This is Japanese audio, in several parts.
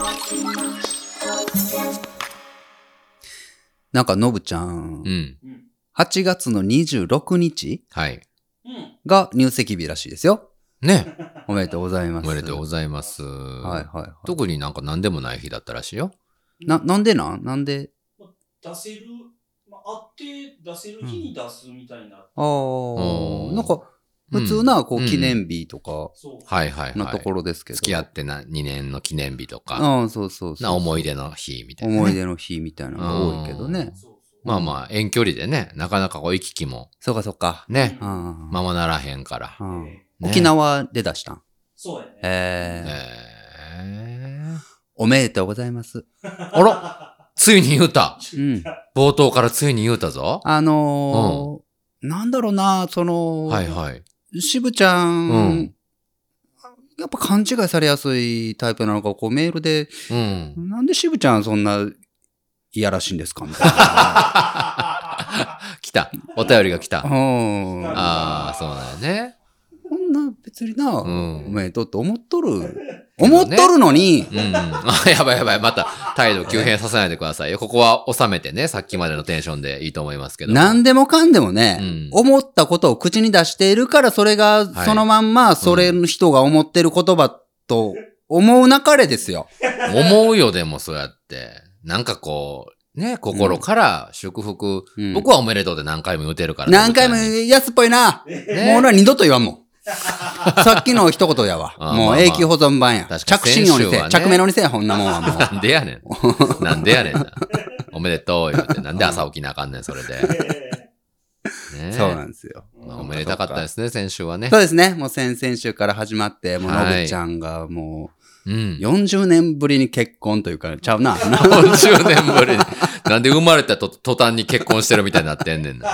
なんかのぶちゃん、 うん。 8月の26日はい。 が入籍日らしいですよ。 ね。 おめでとうございます。 おめでとうございます。 はいはいはい。 特になんか何でもない日だったらしいよ。 なんでなんで出せる、あって出せる日に出すみたいな。 なんか、普通な、こう、記念日とか、 はいはいはい。 なところですけど。 付き合って2年の記念日とか。 そうそうそう。 思い出の日みたいな、ね。 思い出の日みたいなのが多いけどね。 まあまあ、遠距離でね、なかなかこう行き来も。 そうかそうか。 ね。ままならへんから。 沖縄で出したん？ そうやね。 おめでとうございます。 あらついに言うた。冒頭からついに言うたぞ。 なんだろうな、 はいはい。 渋ちゃん、やっぱ勘違いされやすいタイプなのか、こうメールで、なんで渋ちゃんそんないやらしいんですかみたいな。 来た。お便りが来た。 ああ、そうだよね。 こんな別にな、おめでとうって思っとるのに。 やばいやばい。また態度急変させないでくださいよ。ここは収めてね、さっきまでのテンションでいいと思いますけど。 何でもかんでもね、思ったことを口に出しているから、それがそのまんま、それの人が思ってる言葉と思うなかれですよ。 思うよ、でもそうやって。なんかこう、ね、心から祝福。僕はおめでとうで何回も言うてるから。 何回も安っぽいな。もう俺は二度と言わんもん。さっきの一言やわ。もう永久保存版や。着信音にせ、着メロにせ、こんなもんはもう。 なんでやねん。なんでやねんな。おめでとう言うて。なんで朝起きなあかんねん、それで。 そうなんですよ。 おめでたかったですね、先週はね。 そうですね。もう先々週から始まって、もうのぶちゃんがもう、40年ぶりに結婚というか、ちゃうな。 40年ぶりに。なんで生まれた途端に結婚してるみたいになってんねんな。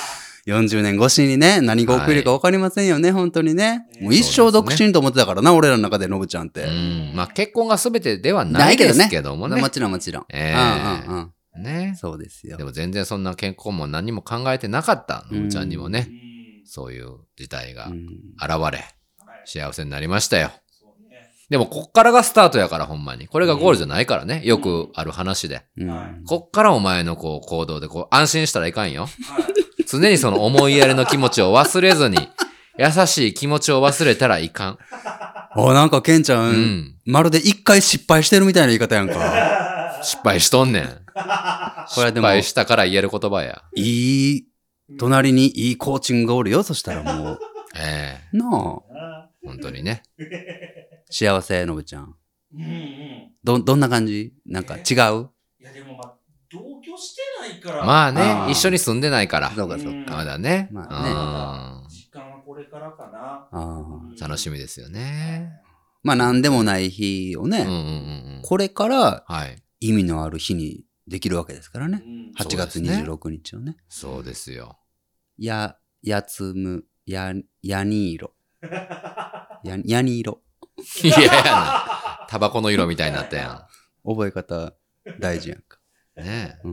40年越しにね、何が起きるか分かりませんよね、本当にね。もう一生独身と思ってたからな、俺らの中でのぶちゃんって。 まあ結婚が全てではないですけどもね。 もちろんもちろん。 ね。 そうですよ。 でも全然そんな健康も何も考えてなかったのぶちゃんにもね、そういう事態が現れ、幸せになりましたよ。でもこっからがスタートやからほんまに。これがゴールじゃないからね。よくある話で。こっからお前のこう行動でこう安心したらいかんよ。常にその思いやりの気持ちを忘れずに、優しい気持ちを忘れたらいかん。 なんかケンちゃん、まるで一回失敗してるみたいな言い方やんか。 失敗しとんねん。失敗したから言える言葉や。 隣にいいコーチングがおるよ、そしたらもう。なあ。本当にね。 幸せ、のぶちゃん。どんな感じ？なんか違う？ いやでも同居してないから。 まあね、一緒に住んでないから。 そうかそうか。 まだね。 まあね。時間はこれからかな。 楽しみですよね。 まあなんでもない日をね、これから意味のある日にできるわけですからね。8月26日をね。 そうですよ。 やつむ、やに色。やに色。 いやな。タバコの色みたいになったやん。覚え方大事やんか。 ねえ。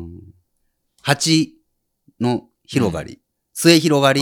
8の広がり。末広がり。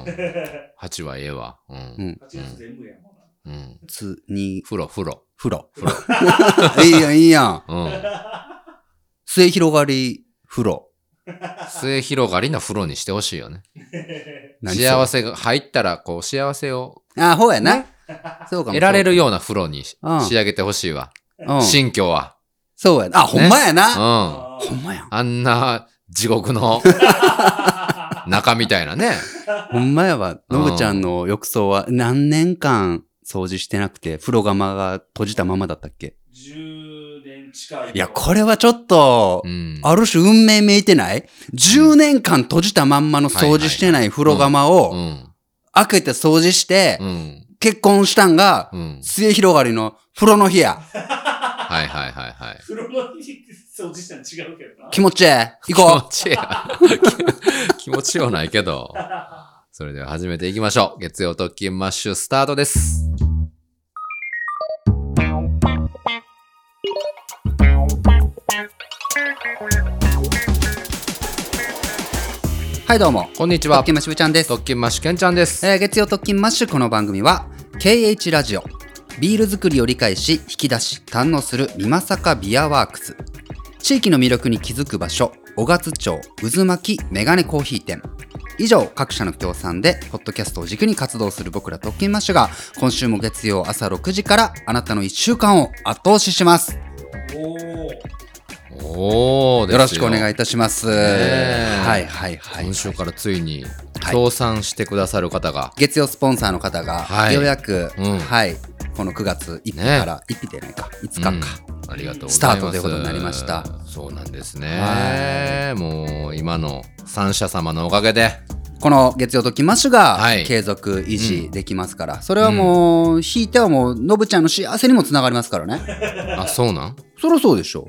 8はええわ。 8は全部やもんな。 風呂。 いいやん。末広がり、風呂。 末広がりの風呂にしてほしいよね。幸せが入ったら、こう、幸せを。 ほうやな。そうかも。 得られるような風呂に仕上げてほしいわ。新居は。 そうやな。ほんまやな。ほんまや。 あんな地獄の中みたいなね。 ほんまやわ。のぶちゃんの浴槽は何年間掃除してなくて、風呂釜が閉じたままだったっけ ？10年近い。 いや、これはちょっと、ある種運命めいてない？ 10 年間閉じたまんまの掃除してない風呂釜を、開けて掃除して、結婚したんが、末広がりの風呂の日や。 はい。 風呂の日掃除したの違うけどな。 気持ちいい。行こう。気持ちよないけど。それでは始めていきましょう。月曜特勤マッシュスタートです。 はいどうも。 こんにちは。 特勤マッシュぶちゃんです。 特勤マッシュけんちゃんです。 月曜特勤マッシュ、この番組は KH ラジオビール作りを理解し引き出し堪能する美作ビアワークス。地域の魅力に気づく場所、雄勝町渦巻きメガネコーヒー店。以上、各社の協賛でポッドキャストを軸に活動する僕ら特勤マッシュが、今週も月曜朝6時からあなたの1週間を後押しします。 おー、 よろしくお願いいたします。はいはいはい。 今週からついに協賛してくださる方が、 月曜スポンサーの方が、ようやく、はい、この9月1日から、1日でないか、5日か、 ありがとうございます。 スタートということになりました。 そうなんですね。もう今の三社様のおかげでこの月曜ときマッシュが継続維持できますから、それはもう引いてはもうのぶちゃんの幸せにもつながりますからね。 あ、そうなん？ そりゃそうでしょ。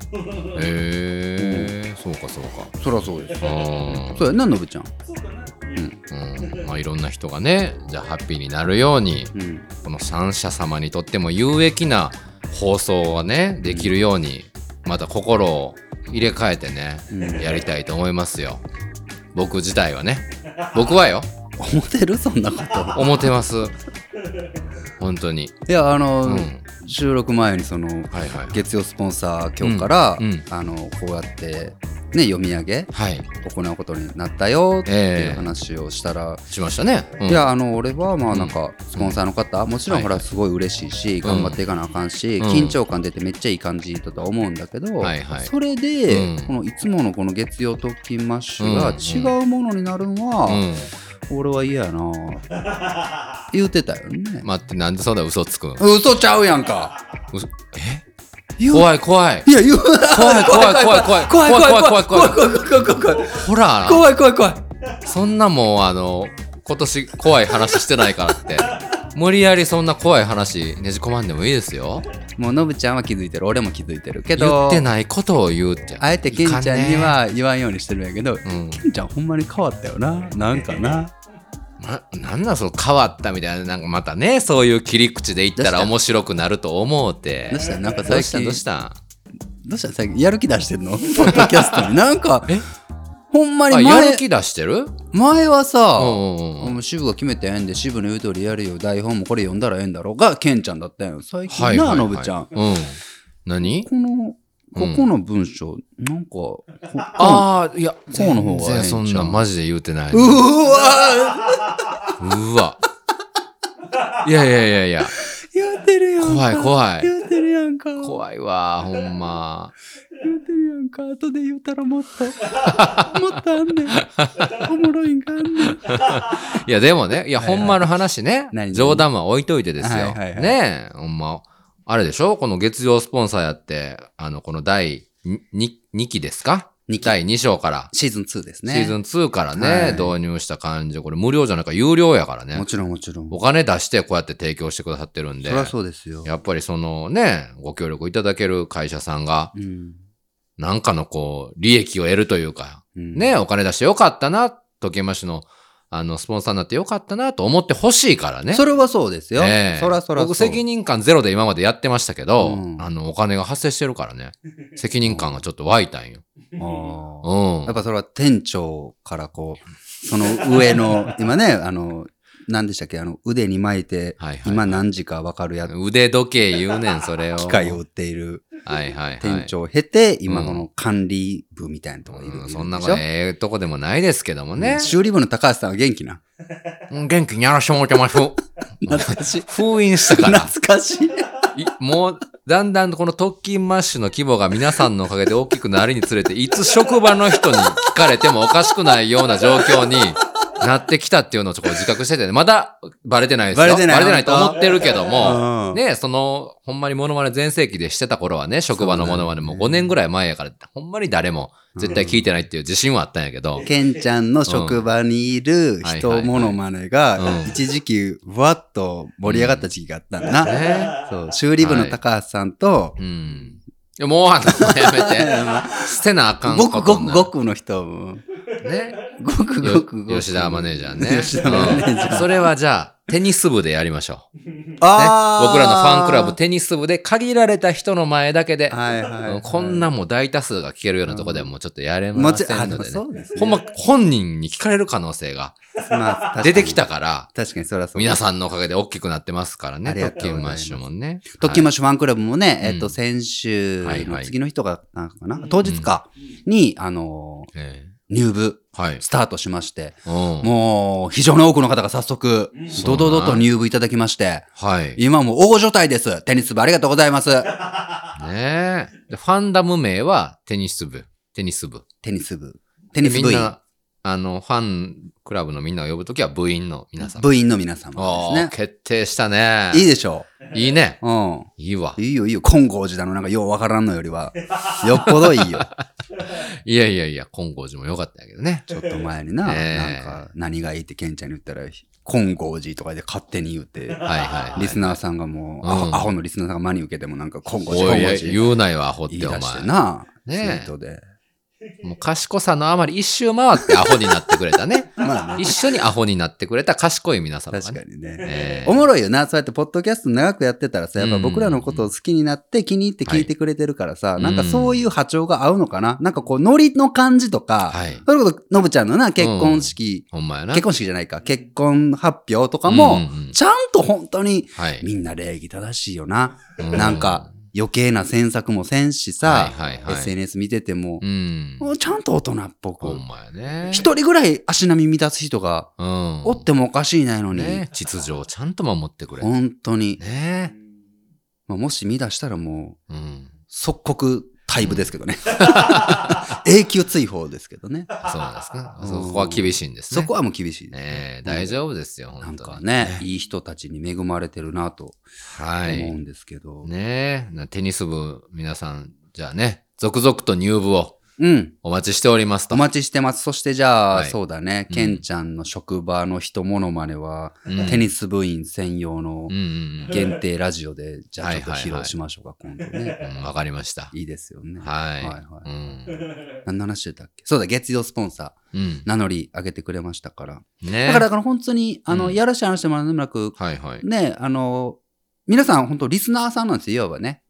そうかそうか。 そりゃそうです。そうやな、のぶちゃん。 まあいろんな人がね、じゃあハッピーになるように、この三社様にとっても有益な放送はねできるように、また心を入れ替えてね、やりたいと思いますよ。僕自体はね。僕はよ。 思ってる？そんなこと。 思ってます。本当に。 いや、収録前にその、月曜スポンサー今日から、こうやってね、読み上げ、行うことになったよっていう話をしたら、 しましたね。 いや、俺はまあなんかスポンサーの方、もちろんほらすごい嬉しいし、頑張っていかなあかんし、緊張感出てめっちゃいい感じだとは思うんだけど、それでこのいつものこの月曜特勤マッシュが違うものになるのは、俺は嫌やな言うてたよね。 待って、なんでそんな嘘つくん？ 嘘ちゃうやんか。 怖い怖い。 いや、 怖い怖い怖い怖い怖い怖い怖い怖い怖い。ほら、 怖い怖い怖い。 そんなもう今年怖い話してないからって無理やりそんな怖い話ねじ込まんでもいいですよ。 もうのぶちゃんは気づいてる、俺も気づいてるけど、 言ってないことを言うって、 あえてケンちゃんには言わんようにしてるんやけど、ケンちゃんほんまに変わったよな、なんかな。 なんだその変わったみたいな、なんかまたね、そういう切り口で言ったら面白くなると思うて。 どうした？なんか最近どうした最近やる気出してんの？ポッドキャストになんかほんまにやる気出してる？ 前はさ、渋が決めてええんで、渋の言う通りやるよ、台本もこれ読んだらええんだろうがケンちゃんだったよ最近な、のぶちゃん。 何？ ここの文章、なんか、 いや、 こうの方が全然そんなマジで言うてない。 うわ。いや。 言うてるやんか。 怖い。 言うてるやんか。 怖いわ、ほんま。 言うてるやんか。後で言うたらもっとあんねん。おもろいんかあんねん。 いや、でもね、ほんまの話ね。冗談は置いといてですよ。ねえ、ほんま。あれでしょ？この月曜スポンサーやって、この第 2期ですか？第2章から。 シーズン2ですね。 シーズン2からね、導入した感じ。これ無料じゃなくて有料やからね。 もちろん。 お金出してこうやって提供してくださってるんで。 そりゃそうですよ。 やっぱりそのね、ご協力いただける会社さんが、なんかのこう、利益を得るというか、ね、お金出してよかったな、時計マッシュのスポンサーになってよかったなと思ってほしいからね。 それはそうですよ。そら僕責任感ゼロで今までやってましたけど、お金が発生してるからね。責任感がちょっと湧いたんよ。 やっぱそれは店長からこう、その上の、今ね、何でしたっけ、腕に巻いて、今何時か分かるやつ。 腕時計言うねん、それを。 機械を売っている。店長を経て、今この管理部みたいなところにいる。 そんなとこでもないですけどもね。 修理部の高橋さんは元気な。 元気にやらしてもらってます。 懐かしい。 封印したから。 懐かしい。 もう、だんだんこの特勤マッシュの規模が皆さんのおかげで大きくなるにつれて、いつ職場の人に聞かれてもおかしくないような状況になってきたっていうのをちょっと自覚しててね。まだバレてないですよ。バレてないと思ってるけども、ね、ほんまにモノマネ全盛期でしてた頃はね、職場のモノマネも5年ぐらい前やから、ほんまに誰も絶対聞いてないっていう自信はあったんやけど。 ケンちゃんの職場にいる人モノマネが、一時期、わっと盛り上がった時期があったんだな。そう、修理部の高橋さんと、 いやもうやめて。捨てなあかんことな。 ごくの人も。 ね。 ごく。 吉田マネージャーね。 吉田マネージャー。 それはじゃあ、 テニス部でやりましょう。ね、僕あらのファンクラブテニス部で限られた人の前だけで、 はいはいはい、 こんなもう大多数が聞けるようなとこではもうちょっとやれませんのでね。 そうですね。 ほんま本人に聞かれる可能性が出てきたから、 確かにそれはそう。 皆さんのおかげで大ききくなってますからね。特勤マッシュもね。 特勤マッシュファンクラブもね、先週の次の人が、なんかな、当日かに、入部、スタートしまして、もう、非常に多くの方が早速、ドドドと入部いただきまして、今も大所帯です。テニス部ありがとうございます。 ねえ。ファンダム名はテニス部。 テニス部。テニス部みんな、ファンクラブのみんなを呼ぶときは部員の皆様。 部員の皆様ですね。 決定したね。 いいでしょう。いいね。 うん。 いいわ。 いいよいいよ。金剛寺だのなんかようわからんのよりは、よっぽどいいよ。 いやいやいや、金剛寺もよかったんやけどね。 ちょっと前にな、なんか、何がいいってケンちゃんに言ったら、金剛寺とかで勝手に言って、リスナーさんがもう、アホのリスナーさんが真に受けてもなんか、金剛寺、金剛寺。 言うなよ、アホってお前。 言い出してな、ツイートで。 もう賢さのあまり一周回ってアホになってくれたね。まあね、一緒にアホになってくれた賢い皆様がね。 確かにね。おもろいよな。そうやってポッドキャスト長くやってたらさ、やっぱ僕らのことを好きになって気に入って聞いてくれてるからさ、なんかそういう波長が合うのかな。なんかこうノリの感じとか、それこそのぶちゃんのな、結婚式、 ほんまやな。 結婚式じゃないか、結婚発表とかも、ちゃんと本当に、みんな礼儀正しいよな。なんか、余計な詮索もせんしさ、SNS 見てても、ちゃんと大人っぽく。一人ぐらい足並み乱す人が、おってもおかしいないのに。 秩序をちゃんと守ってくれ。 本当に。もし乱したらもう、即刻退部ですけどね。永久追放ですけどね。 そうなんですか。そこは厳しいんですね。 そこはもう厳しい。 大丈夫ですよ、 なんかね、いい人たちに恵まれてるなと思うんですけど。 テニス部、皆さん、じゃあね、続々と入部を。お待ちしておりますと。 お待ちしてます。そしてじゃあ、そうだね。ケンちゃんの職場の人モノマネは、テニス部員専用の限定ラジオで、じゃあちょっと披露しましょうか、今度ね。 わかりました。 いいですよね。 はい。 何の話してたっけ？そうだ、月曜スポンサー。名乗り上げてくれましたから。だから本当に、やらしい話してもらうなく、ね、皆さん本当リスナーさんなんですよ、いわばね。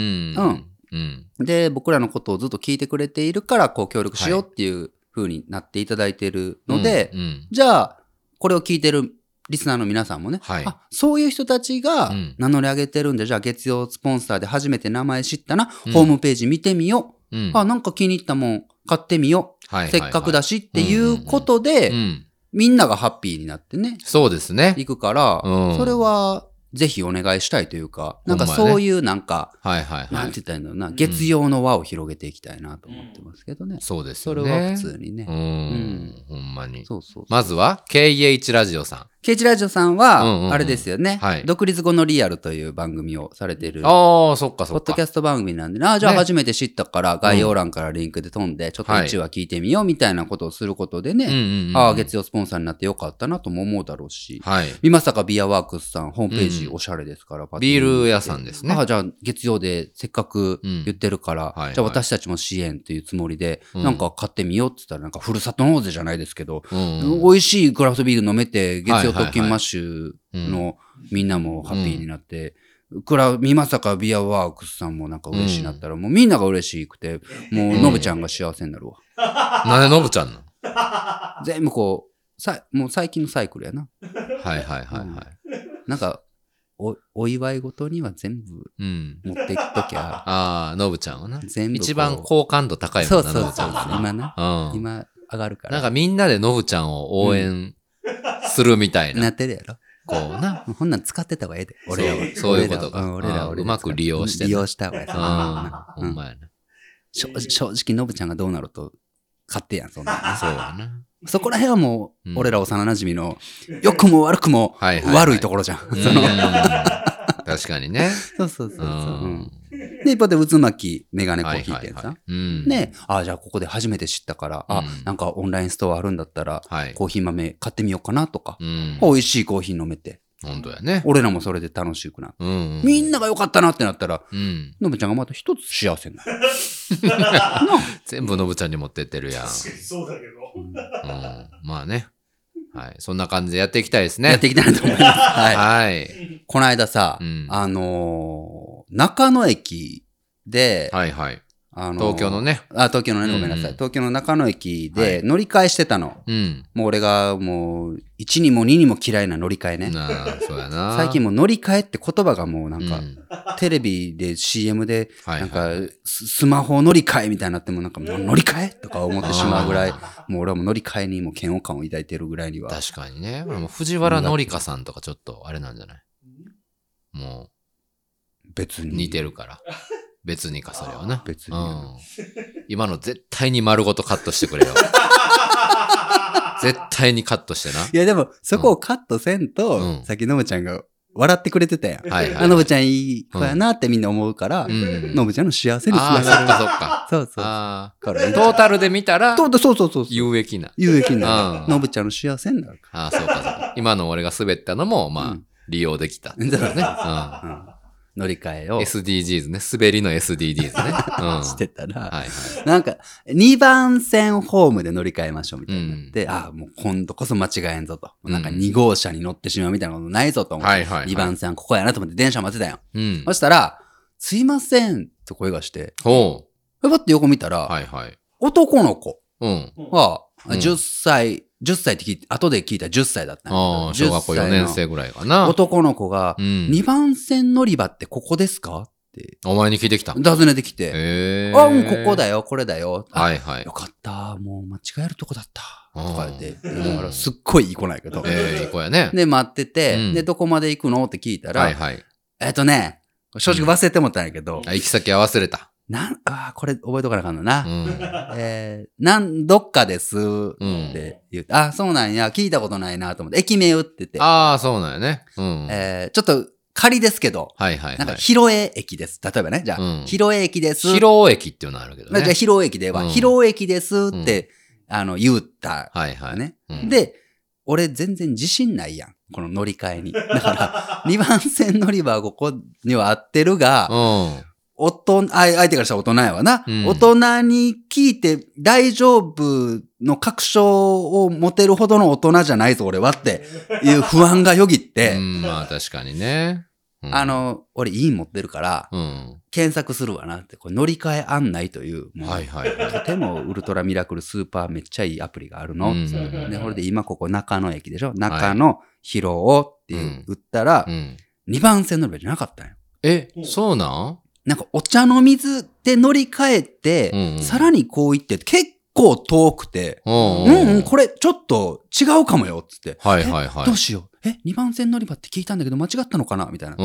で、僕らのことをずっと聞いてくれているから、こう協力しようっていう風になっていただいているので、じゃあ、これを聞いてるリスナーの皆さんもね、そういう人たちが名乗り上げてるんで、じゃあ月曜スポンサーで初めて名前知ったな、ホームページ見てみよう。なんか気に入ったもん買ってみよう。せっかくだしっていうことで、みんながハッピーになってね。 そうですね。 行くから、それは、ぜひお願いしたいというか、なんかそういうなんか、なんて言ったらいいんだろうな、月曜の輪を広げていきたいなと思ってますけどね。 そうですよね。 それは普通にね。 ほんまに。まずは、KH ラジオさん。 KH ラジオさんは、あれですよね。独立後のリアルという番組をされている。 ああ、そっかそっか。 ポッドキャスト番組なんで、じゃあ初めて知ったから概要欄からリンクで飛んで、ちょっと1話聞いてみようみたいなことをすることでね、月曜スポンサーになってよかったなとも思うだろうし、今坂ビアワークスさん、ホームページおしゃれですから、 ビール屋さんですね。 じゃあ月曜でせっかく言ってるから、じゃあ私たちも支援っていうつもりで、なんか買ってみようって言ったら、なんかふるさと納税じゃないですけど、美味しいクラフトビール飲めて、月曜特勤マッシュのみんなもハッピーになって、今坂ビアワークスさんもなんか嬉しいなったら、もうみんなが嬉しくて、もうのぶちゃんが幸せになるわ。 なんでのぶちゃんの？ 全部こう、もう最近のサイクルやな。なんか、お祝いごとには全部持っていくときは、 のぶちゃんはな。 全部一番好感度高いもんな、のぶちゃんはな。 今な。今上がるから。 なんかみんなでのぶちゃんを応援するみたいな。 なってるやろ。 こうな。 ほんなん使ってた方がええで。俺らは。 そういうことか。 俺らうまく利用して。 利用した方がええ。 ほんまやな。 正直のぶちゃんがどうなると勝手やん、そんな。 そうやな。 そこら辺はもう、俺ら幼馴染の、良くも悪くも悪いところじゃん。 確かにね。 そう。で、一方で渦巻きメガネコーヒー店さん。ね、じゃあここで初めて知ったから、なんかオンラインストアあるんだったら、コーヒー豆買ってみようかなとか、美味しいコーヒー飲めて。 本当やね。 俺らもそれで楽しくなって。みんなが良かったなってなったら、のぶちゃんがまた一つ幸せになる。 全部のぶちゃんに持ってってるやん。 そうだけど。 まあね。 はい。そんな感じでやっていきたいですね。 やっていきたいなと思います。はい。 はい。 この間さ、中野駅で、 はいはい。東京のね。 東京のね、ごめんなさい。東京の中野駅で乗り換えしてたの。もう俺がもう、1にも2にも嫌いな乗り換えね。 そうやな。 最近もう乗り換えって言葉がもうなんか、テレビで CM で、なんか、スマホ乗り換えみたいになってもなんか、乗り換えとか思ってしまうぐらい、もう俺はもう乗り換えにも嫌悪感を抱いてるぐらいには。 確かにね。もう藤原紀香さんとかちょっとあれなんじゃない？もう、 別に。 似てるから。別にか、それはな。 別に。 今の絶対に丸ごとカットしてくれよ。絶対にカットしてな。 いやでも、そこをカットせんと、さっきのぶちゃんが笑ってくれてたやん。 はいはい。 のぶちゃんいい子やなってみんな思うから、のぶちゃんの幸せにする。 そっかそっか。 そうそう。 トータルで見たら、 そう。 有益な。 有益な。のぶちゃんの幸せになるから。そうか。今の俺が滑ったのも、まあ、利用できた。 だからね。乗り換えを。 SDGs ね。滑りの SDGs ね。 してたら、なんか、2番線ホームで乗り換えましょうみたいになって、もう今度こそ間違えんぞと。なんか2号車に乗ってしまうみたいなことないぞと思って、2番線ここやなと思って電車待ってたよ。そしたら、すいませんって声がして、パッて横見たら、男の子は、10歳って後で聞いたら10歳だったんだけど。小学校4年生ぐらいかな。 男の子が、2番線乗り場ってここですかって。 お前に聞いてきた。 尋ねてきて。ここだよ、これだよ。 はいはい。 よかった、もう間違えるとこだった。とか言って。だからすっごいいい子なんやけど。 いい子やね。 で、待ってて、で、どこまで行くのって聞いたら、正直忘れてもったんやけど。 行き先は忘れた。 これ覚えとかなあかんのな。どっかですって言って、そうなんや、聞いたことないなと思って、駅名打ってて。 そうなんやね。 ちょっと仮ですけど、なんか、広江駅です。例えばね、じゃあ、広江駅です。 広江駅っていうのあるけどね。 じゃあ、広江駅では、広江駅ですって、言った。ね。で、俺全然自信ないやん。この乗り換えに。だから、2番線乗り場はここには合ってるが、相手からしたら大人やわな。大人に聞いて大丈夫の確証を持てるほどの大人じゃないぞ、俺はっていう不安がよぎって。 まあ確かにね。 俺委員持ってるから、検索するわなって、これ乗り換え案内という、とてもウルトラミラクルスーパーめっちゃいいアプリがあるの。で、これで今ここ中野駅でしょ、中野広尾って打ったら、2番線乗り場じゃなかったんよ。 そうなんなんかお茶の水で乗り換えて、さらにこう言って結構遠くて、これちょっと違うかもよ、つって。どうしよう。2番線乗り場って聞いたんだけど間違ったのかなみたいな。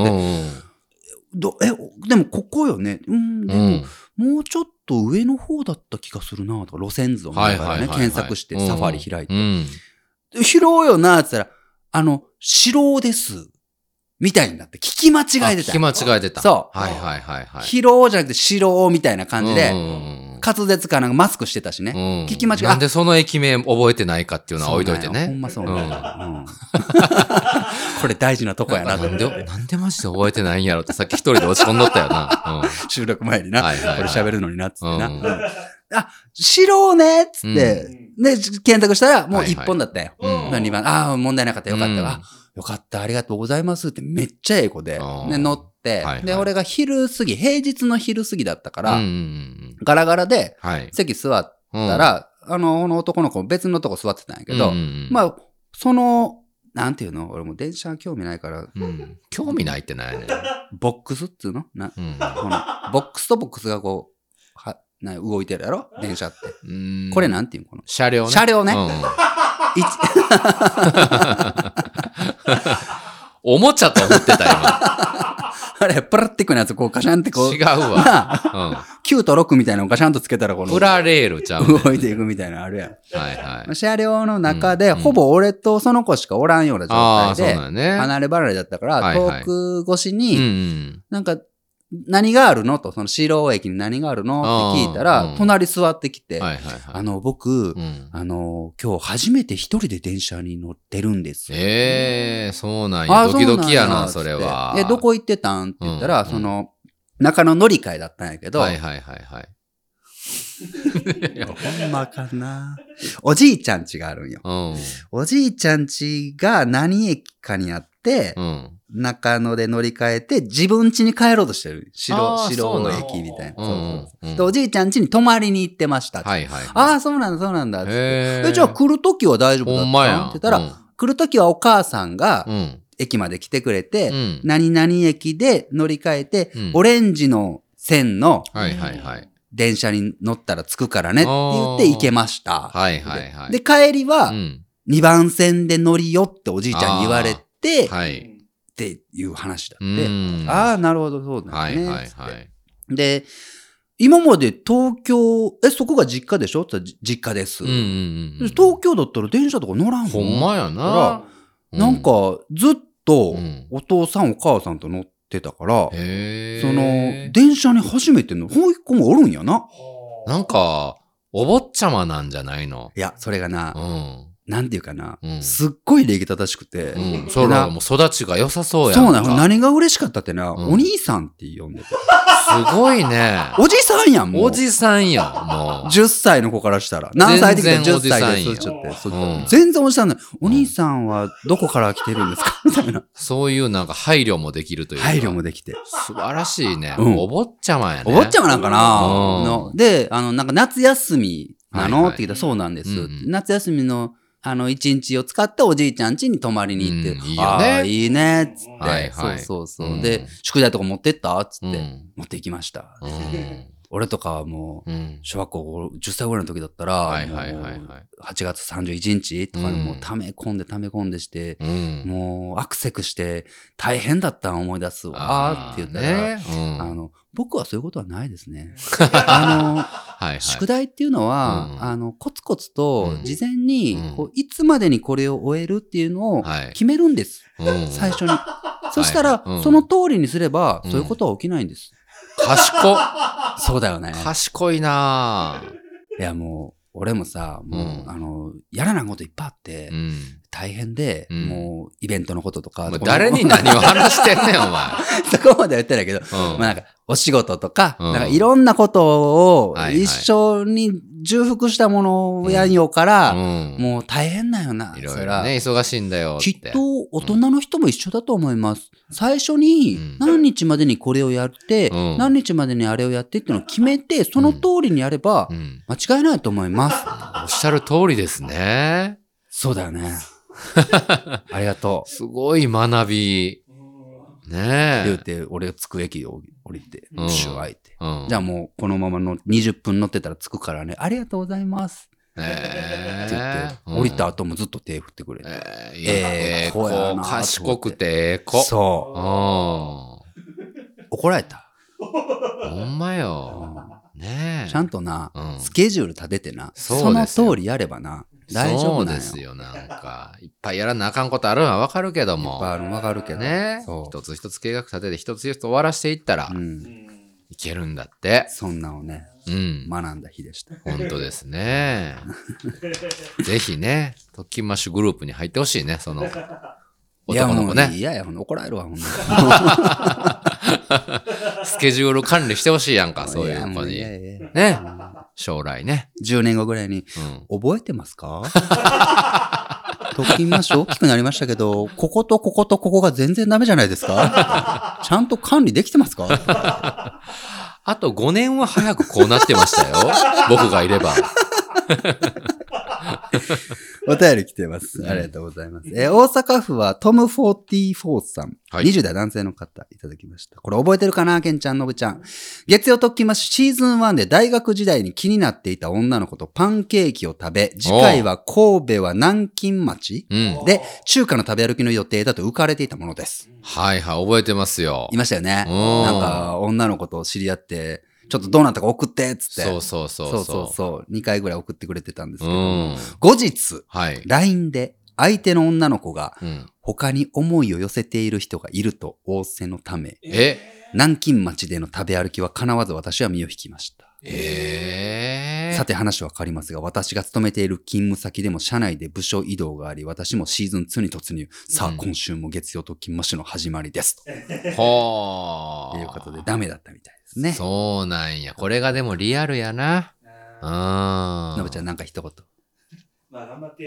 でもここよね。でも、もうちょっと上の方だった気がするな、とか、路線図を見ながらね、検索してサファリ開いて。広いよな、つったら、白です。みたいになって、聞き間違えてた。 聞き間違えてた。 そう。広じゃなくて白みたいな感じで、滑舌かなんかマスクしてたしね。聞き間違え。 なんでその駅名覚えてないかっていうのは置いといてね。 ほんまそうなんこれ大事なとこやな。 なんでマジで覚えてないんやろってさっき一人で落ち込んどったよな。 収録前にな。俺喋るのになっつってな。白ねっつって、で、検索したらもう一本だったよ。2番、問題なかったよかったわ。よかった、ありがとうございますってめっちゃええ子で、乗って、で、俺が平日の昼過ぎだったから、ガラガラで、席座ったら、この男の子別のとこ座ってたんやけど、なんていうの俺も電車興味ないから。 興味ないってないね。 ボックスっつうのこのボックスとボックスがこう、動いてるやろ電車って。これなんていうのこの車両ね。 車両ね。 おもちゃと思ってた今。 あれ、プラスティックなやつこうガシャンってこう。 違うわ。 9と6みたいなのをガシャンとつけたらこの。 プラレールちゃう、 動いていくみたいなのあるやん。車両の中で、ほぼ俺とその子しかおらんような状態で、離れ離れだったから、遠く越しに、なんか、何があるのと、その白駅に何があるのって聞いたら、隣座ってきて、僕、今日初めて一人で電車に乗ってるんです。 そうなんや。ドキドキやな、それは。 どこ行ってたんって言ったら、その、中野乗り換えだったんやけど、 ほんまかな。おじいちゃん家があるんよ。おじいちゃん家が何駅かにあって、中野で乗り換えて自分家に帰ろうとしてる。白駅みたいな。でおじいちゃん家に泊まりに行ってました。ああ、そうなんだ、そうなんだ。じゃあ来るときは大丈夫だったって言ったら、来るときはお母さんが駅まで来てくれて、何々駅で乗り換えて、オレンジの線の電車に乗ったら着くからねって言って行けました。で、帰りは2番線で乗りよっておじいちゃんに言われて、っていう話だって。ああ、なるほど、そうだね。で、今まで東京、そこが実家でしょって実家です。東京だったら電車とか乗らんもん。 ほんまやな。 なんか、ずっとお父さんお母さんと乗ってたから、電車に初めての、ほういう子もおるんやな。 なんか、お坊ちゃまなんじゃないの？ いや、それがな、なんていうかな、すっごい礼儀正しくて。 そうなの、もう育ちが良さそうやんか。 そうなの、何が嬉しかったってな、お兄さんって呼んでて。 すごいね。 おじさんやん、もう。 おじさんやん、もう。 10歳の子からしたら。何歳的に10歳ですって。全然おじさんだ。お兄さんはどこから来てるんですかみたいな。 そういうなんか配慮もできるというか。 配慮もできて。 素晴らしいね。お坊ちゃまやね。 お坊ちゃまなんかなで、なんか夏休みなのって言ったらそうなんです。夏休みの一日を使っておじいちゃん家に泊まりに行って、 いいよね。 いいね、っつって。そう。で、宿題とか持ってったつって、持って行きました。俺とかはもう、小学校10歳ぐらいの時だったら、8月31日とかにもう溜め込んでして、もうアクセクして大変だったの思い出すわって言ったら、僕はそういうことはないですね。宿題っていうのは、コツコツと事前に、いつまでにこれを終えるっていうのを決めるんです。最初に。そしたら、その通りにすれば、そういうことは起きないんです。 賢っ。 そうだよね。 賢いなぁ。 いやもう、俺もさ、もう、やらなこといっぱいあって、大変で、もう、イベントのこととか。 誰に何を話してんねん、お前。 そこまでは言ってないけど、まあなんか、お仕事とか、なんかいろんなことを一緒に重複したものをやんようから、もう大変だよな。 いろいろね、忙しいんだよって。 きっと大人の人も一緒だと思います。最初に何日までにこれをやって、何日までにあれをやってっていうのを決めて、その通りにやれば、間違いないと思います。 おっしゃる通りですね。 そうだよね。ありがとう。 すごい学び。ねえ。 言うて、俺が着く駅を降りて、シュー開いて。じゃあもうこのままの20分乗ってたら着くからね、ありがとうございます。って言って、降りた後もずっと手振ってくれて。 子やな。賢くて子。 そう。怒られた。 ほんまよ。ねえ。 ちゃんとな、スケジュール立ててな、その通りやればな、大丈夫なんよ。 そうですよ、なんか。いっぱいやらなあかんことあるのはわかるけども。 いっぱいあるのわかるけど。 ね。一つ一つ計画立てて、一つ一つ終わらしていったら、いけるんだって。 そんなをね、学んだ日でした。 本当ですね。ぜひね、トッキンマッシュグループに入ってほしいね、その、男の子ね。 いや、怒られるわ、ほんまスケジュール管理してほしいやんか、そういう子に。ね。将来ね。 10年後ぐらいに、覚えてますかトッキンマッシュ大きくなりましたけど、こことこことここが全然ダメじゃないですかちゃんと管理できてますかあと5年は早くこうなってましたよ。僕がいれば。 お便り来てます。ありがとうございます。大阪府はトム44さん。20代男性の方いただきました。これ覚えてるかなケンちゃん、のぶちゃん。月曜特勤マッシュシーズン1で大学時代に気になっていた女の子とパンケーキを食べ、次回は神戸は南京町、で中華の食べ歩きの予定だと浮かれていたものです。 はいはい、覚えてますよ。 いましたよね。なんか女の子と知り合って、ちょっとどうなったか送ってっつって。 そう。 2回ぐらい送ってくれてたんですけども、後日、LINE で相手の女の子が、他に思いを寄せている人がいると仰せのため、南京町での食べ歩きは叶わず私は身を引きました。さて話は変わりますが、私が勤めている勤務先でも社内で部署移動があり、私もシーズン2に突入。さあ、今週も月曜特勤マッシュの始まりです。ということでダメだったみたいですね。 そうなんや。これがでもリアルやな。 のぶちゃんなんか一言。 まあ頑張って。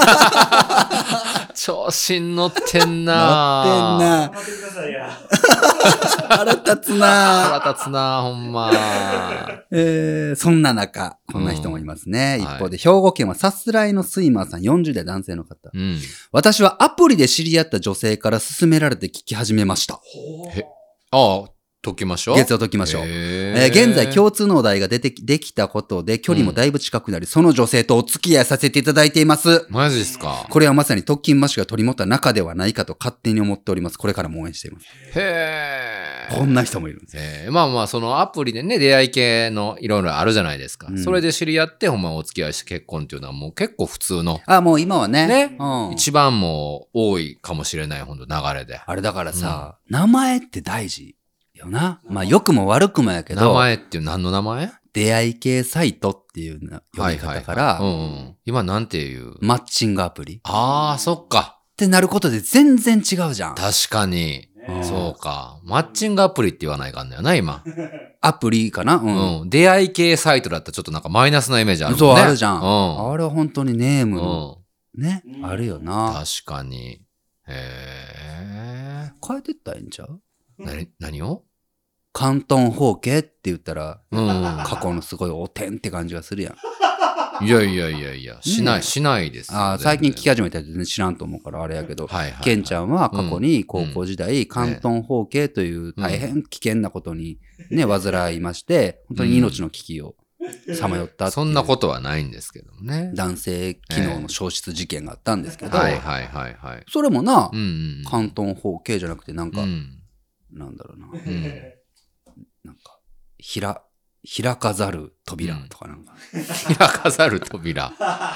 調子に乗ってんな頑張ってくださいや。 腹立つな腹立つなほんま。 そんな中、こんな人もいますね。一方で、兵庫県はさすらいのスイマーさん40代男性の方。私はアプリで知り合った女性から勧められて聞き始めました。 解きましょう。 月曜解きましょう。現在共通のお題ができたことで距離もだいぶ近くなり、その女性とお付き合いさせていただいています。 マジですか？ これはまさに特勤マッシュが取り持った中ではないかと勝手に思っております。これからも応援しています。こんな人もいるんです。 まあまあ、そのアプリでね、出会い系のいろいろあるじゃないですか。それで知り合って、ほんまお付き合いして結婚っていうのはもう結構普通の。 もう今はね。 一番もう多いかもしれない、ほんと流れで。 あれだからさ、名前って大事。まあ、良くも悪くもやけど。 名前っていう何の名前？ 出会い系サイトっていう読み方から、 今なんていう？ マッチングアプリ。 そっか。 ってなることで全然違うじゃん。 確かに。そうか。マッチングアプリって言わないかんだよな、今。 アプリかな？ 出会い系サイトだったらちょっとなんかマイナスなイメージあるもんね。 そう、あるじゃん。あれは本当にネームの、ね、あるよな。 確かに。 変えてったらいいんちゃう？ 何を？ 関東方形って言ったら、過去のすごいおてんって感じがするやん。 いや、しないですよ。 最近聞き始めたら全然知らんと思うからあれやけど、ケンちゃんは過去に高校時代、関東方形という大変危険なことにね、患いまして、本当に命の危機をさまよったっていう。 そんなことはないんですけどね。 男性機能の消失事件があったんですけど、 それもな、関東方形じゃなくてなんか、なんだろうな。なんか、開かざる扉とかなんか。 開かざる扉。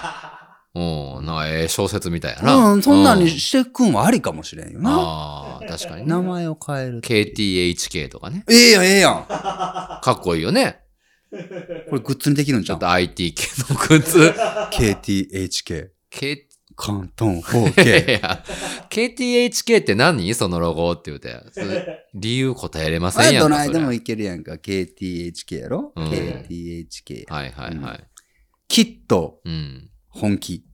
小説みたいやな。 そんなにしてくんはありかもしれんよな。 確かに。 名前を変える。 KTHK とかね。 ええやん。 かっこいいよね。 これグッズにできるんじゃん。 ちょっと IT 系のグッズ。 KTHK。関東方形。KTHK って何？そのロゴって言うて。理由答えれませんやんか。 どないでもいけるやんか。KTHK やろ？ KTHK。 はい。 きっと、本気。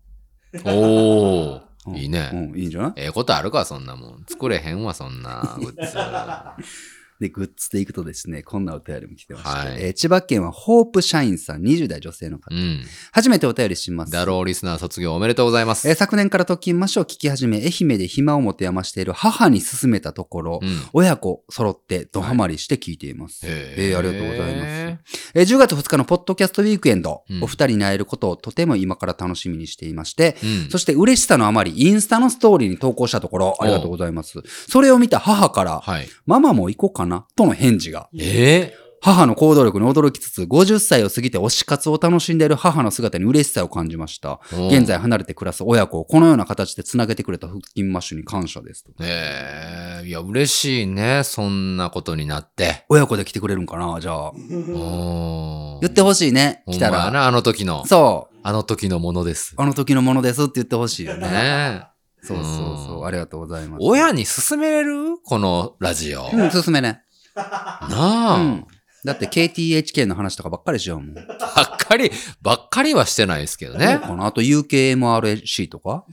いいね。 いいんじゃない？ ことあるか、そんなもん。作れへんわ、そんなグッズ。 で、グッズでいくとですね、こんなお便りも来てまして、千葉県はホープ社員さん、20代女性の方。初めてお便りします。 ダローリスナー卒業おめでとうございます。 昨年から特勤マッシュを聞き始め、愛媛で暇を持て余している母に勧めたところ、親子揃ってドハマりして聞いています。ありがとうございます。10月2日のポッドキャストウィークエンド、お二人に会えることをとても今から楽しみにしていまして、そして嬉しさのあまりインスタのストーリーに投稿したところ、ありがとうございます。それを見た母から、ママも行こうかなとの返事が。母の行動力に驚きつつ、50歳を過ぎて推し活を楽しんでいる母の姿に嬉しさを感じました。現在離れて暮らす親子をこのような形で繋げてくれた腹筋マッシュに感謝です。 いや、嬉しいね。そんなことになって。 親子で来てくれるんかな、じゃあ。言ってほしいね。来たら。 あの時の。 そう。 あの時のものです。 あの時のものですって言ってほしいよね。 ね。 そう。ありがとうございます。 親に勧めれる？このラジオ。 勧めね。 なあ。 だって KTHK の話とかばっかりしようもん。ばっかりはしてないですけどね。 あと UKMRC とか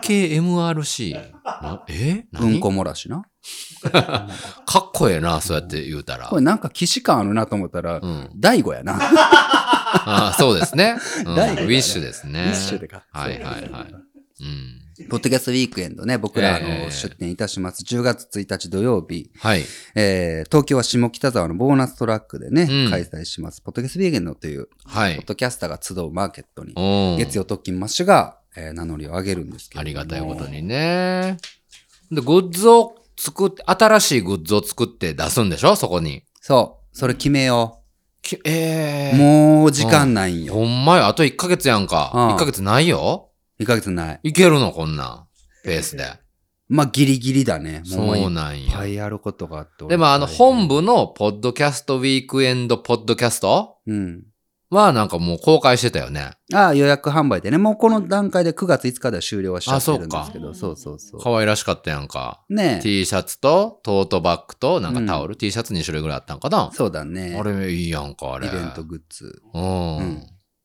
?UKMRC？ うんこ漏らしな。 かっこええな、そうやって言うたら。 これなんか既視感あるなと思ったら、大悟やな。 そうですね。ウィッシュですね。 ウィッシュでか。 はい。 ポッドキャストウィークエンドね、僕ら出展いたします。10月1日土曜日。東京は下北沢のボーナストラックでね、開催します。ポッドキャストウィークエンドという、ポッドキャスターが集うマーケットに、月曜特勤マッシュが、名乗りを上げるんですけど。 ありがたいことにね。で、グッズを新しいグッズを作って出すんでしょ？そこに。 そう。それ決めよう。もう時間ないんよ。 ほんまよ。あと1ヶ月やんか。1ヶ月ないよ。 1ヶ月ない。 いけるのこんなペースで。 まあ、ギリギリだね。 そうなんや。 いっぱいやることがあって。 でも本部のポッドキャストウィークエンドポッドキャストはなんかもう公開してたよね。 予約販売でね。もうこの段階で9月5日では終了はしちゃってるんですけど。そう。 可愛らしかったやんか。 ね T シャツとトートバッグとなんかタオル。T シャツ2種類ぐらいあったんかな。 そうだね。 あれいいやんか、あれ。 イベントグッズ。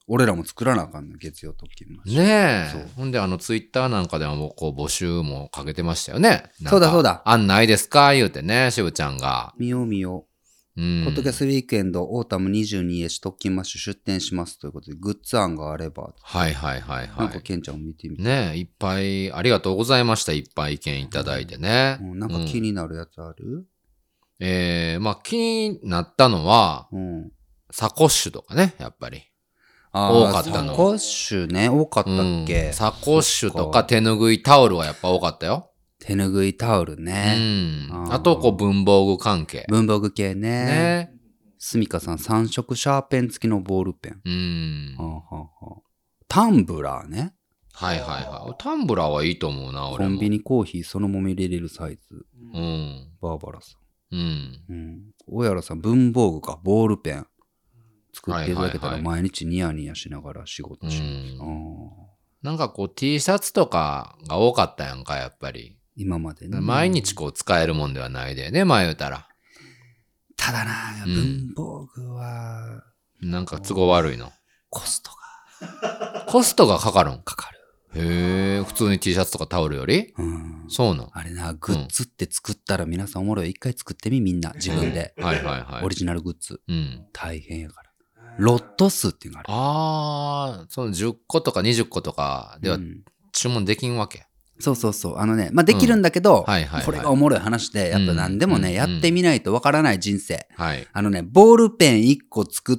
俺らも作らなあかんね、月曜特勤マッシュ。 ねえ。ほんでツイッターなんかでもこう募集もかけてましたよね。 そうだそうだ。 案ないですか言うてね、しぶちゃんが。 見よう見よう。ポッドキャストウィークエンド、オータム22へ特勤マッシュ出店しますということで、グッズ案があれば。 はいはいはいはい。 なんかケンちゃんも見てみて。 ねえ、いっぱい、ありがとうございました。いっぱい意見いただいてね。 なんか気になるやつある？ まあ気になったのは、サコッシュとかね、やっぱり。多かったの。 サコッシュね、多かったっけ？ サコッシュとか手拭いタオルはやっぱ多かったよ。 手拭いタオルね。 あと、文房具関係。 文房具系ね。すみかさん、3色シャーペン付きのボールペン。タンブラーね。 はいはいはい。タンブラーはいいと思うな、俺も。 コンビニコーヒーそのまま入れれるサイズ。バーバラさん。大原さん、文房具か、ボールペン。作っていただけたら毎日ニヤニヤしながら仕事します。 なんかこう T シャツとかが多かったやんか、やっぱり。 今までね。 毎日こう使えるもんではないでね、前言うたら。 ただな、文房具は。 なんか都合悪いの。 コストがかかるん？ かかる。 へえ、普通に T シャツとかタオルより？そうなん。 あれな、グッズって作ったら皆さんおもろい。一回作ってみ、んな。自分で。 はいはいはい。 オリジナルグッズ。大変やから。ロット数っていうのがある。その10個とか20個とかでは注文できんわけ。 そうそうそう。まあ、できるんだけど、これがおもろい話で、やっぱ何でもね、やってみないとわからない人生。ボールペン1個作って、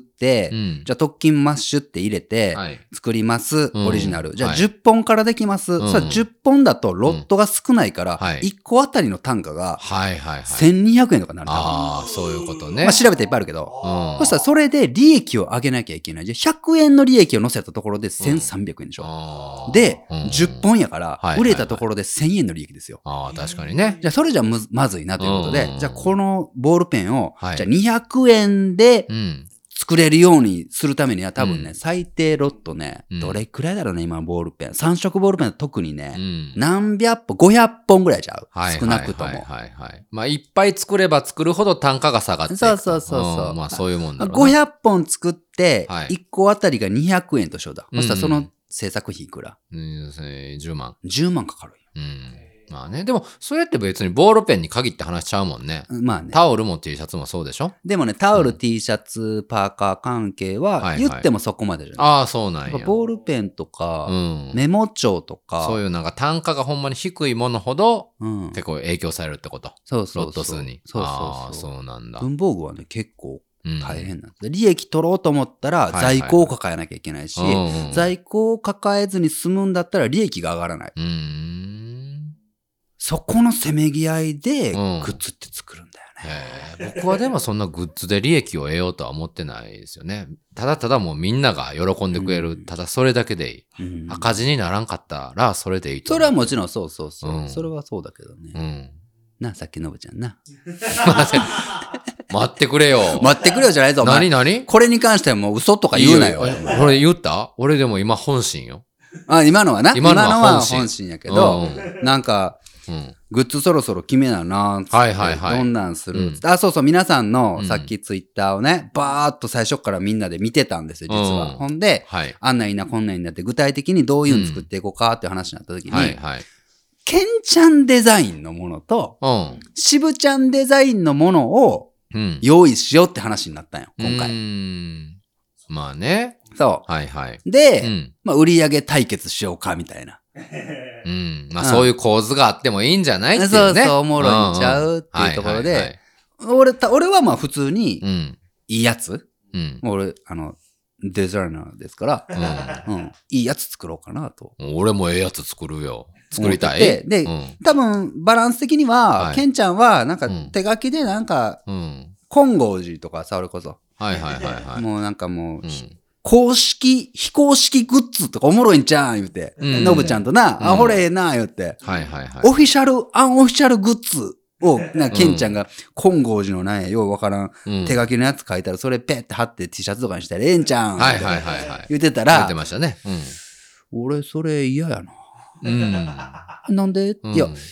じゃあ特勤マッシュって入れて、作ります、オリジナル。じゃあ10本からできます。さあ10本だとロットが少ないから、1個あたりの単価が、1200円とかなる。 ああ、そういうことね。 まあ調べていっぱいあるけど、そしたらそれで利益を上げなきゃいけない。じゃあ100円の利益を乗せたところで1300円でしょ。で、10本やから、売れたところで1000円の利益ですよ。 ああ、確かにね。 じゃあそれじゃまずいなということで、じゃあこのボールペンを、じゃあ200円で作れるようにするためには多分ね、最低ロットね、どれくらいだろうね、今のボールペン。3色ボールペンは特にね、何百本、500本ぐらいちゃう。少なくとも。 まあいっぱい作れば作るほど単価が下がっていく。 そう。 まあそういうもんだろうな。500本作って、1個あたりが200円としようだ。そしたらその制作費いくら ？10万。 10万かかるよ。 まあね。でも、それって別にボールペンに限って話しちゃうもんね。 まあね。 タオルも T シャツもそうでしょ？ でもね、タオル、T シャツ、パーカー関係は、言ってもそこまでじゃない。 ああ、そうなんや。 ボールペンとか、メモ帳とか。 そういうなんか単価がほんまに低いものほど、結構影響されるってこと。 そうそう。 ロット数に。ああ、そうなんだ。 文房具はね、結構大変なんです。利益取ろうと思ったら、在庫を抱えなきゃいけないし、在庫を抱えずに済むんだったら利益が上がらない。そこのせめぎ合いで、グッズって作るんだよね。 僕はでもそんなグッズで利益を得ようとは思ってないですよね。ただただもうみんなが喜んでくれる。ただそれだけでいい。赤字にならんかったらそれでいいと思う。 それはもちろんそう。それはそうだけどね。な、さっきのぶちゃんな。 待ってくれよ。 待ってくれよじゃないぞ。 何これに関してはもう嘘とか言うなよ。 俺言った？俺でも今本心よ。 今のはな。今のは本心やけど、なんか、グッズそろそろ決めなな。どんなんする？そう、皆さんのさっきツイッターをね、バーっと最初からみんなで見てたんですよ、実は。ほんで、あんないいな、こんないいなって具体的にどういうの作っていこうかっていう話になった時に、ケンちゃんデザインのものと、しぶちゃんデザインのものを用意しようって話になったんよ、今回。 まあね。 そう。で、売り上げ対決しようかみたいな。 まあそういう構図があってもいいんじゃないっていうね。 そう、おもろいんちゃうっていうところで、俺はまあ普通に、いいやつ。俺、デザイナーですから、いいやつ作ろうかなと。 俺もええやつ作るよ。作りたい。 で、多分バランス的には、ケンちゃんはなんか手書きでなんか、金剛寺とかさ、俺こそ。もうなんかもう、非公式グッズとかおもろいんちゃうん言うて。のぶちゃんとな、ほれええな言うて。オフィシャル、アンオフィシャルグッズを、ケンちゃんが金剛寺のなんや、ようわからん、手書きのやつ書いたら、それペッて貼って T シャツとかにしたらええんちゃうん言うてたら、 言ってましたね。 俺それ嫌やな。なんでいや、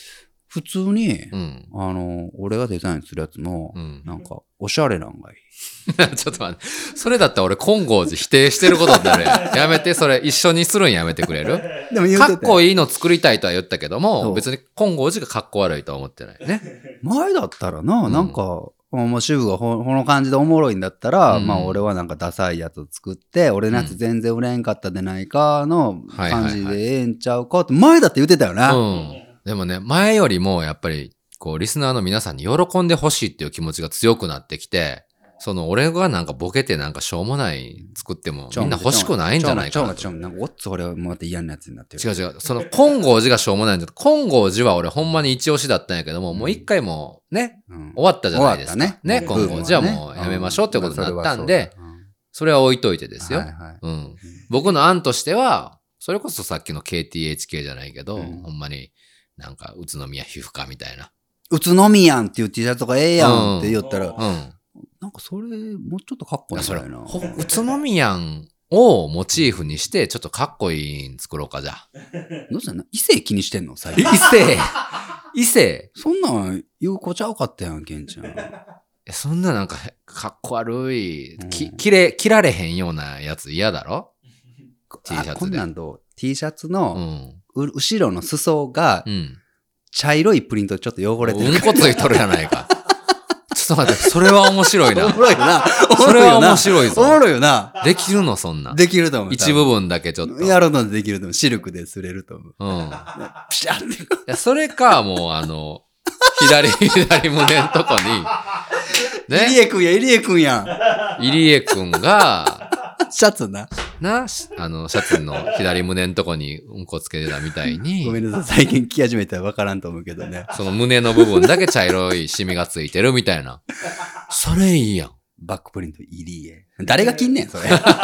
普通に、 うん。 俺がデザインするやつも、 うん。 なんか、おしゃれなんがいい。 ちょっと待って。それだったら俺、金剛寺否定してることになるやん。やめて、それ一緒にするんやめてくれる？ でも言うてたかっこいいの作りたいとは言ったけどそも、 う別に金剛寺がかっこ悪いとは思ってないね。 前だったらな、 うんなんか、もう主婦がこの感じでおもろいんだったら、 うんまあ俺はなんかダサいやつを作って、俺のやつ全然売れんかったでないかの感じでええんちゃうかって前だって言ってたよな。 うん。でもね、前よりもやっぱり、こう、リスナーの皆さんに喜んでほしいっていう気持ちが強くなってきて、その俺がなんかボケてなんかしょうもない作ってもみんな欲しくないんじゃないかなと。 なんかおっつ俺はまた嫌なやつになってる。 違う違う。その金剛寺がしょうもないんだけど、金剛寺は俺ほんまに一押しだったんやけども、もう一回もね、終わったじゃないですか。ね。金剛寺はもうやめましょうってことになったんで、それは置いといてですよ。うん。僕の案としては、それこそさっきの KTHK じゃないけど、ほんまになんか宇都宮皮膚科みたいな。 宇都宮っていう T シャツとかええやんって言ったら、 うん。 なんかそれ、もうちょっとかっこいいみたいな。 宇都宮をモチーフにして、ちょっとかっこいいん作ろうか、じゃあ。 どうしたの？異性気にしてんの最近。 異性そんなん言う子ちゃうかったやん、ケンちゃん。 そんななんか、かっこ悪い、着られへんようなやつ嫌だろ？ T シャツで。 こんなんと T シャツの、後ろの裾が、 うん。 茶色いプリントちょっと汚れてる。 うんこついとるやないか。ちょっと待って、それは面白いな。 おもろいよな。 それは面白いぞ。 おもろいよな。 できるの、そんな。 できると思う。 一部分だけちょっと。 やろうとできると思う。シルクで擦れると思う。 うん。 ピシャって。いや、それか、もう左胸のとこに、 ね。入江くんや。 入江くんが、 シャツな。 シャツの左胸のとこにうんこつけてたみたいに。 ごめんなさい、最近着始めたらわからんと思うけどね。 その胸の部分だけ茶色いシミがついてるみたいな。それいいやん。 バックプリント入江。誰が着んねん、それ。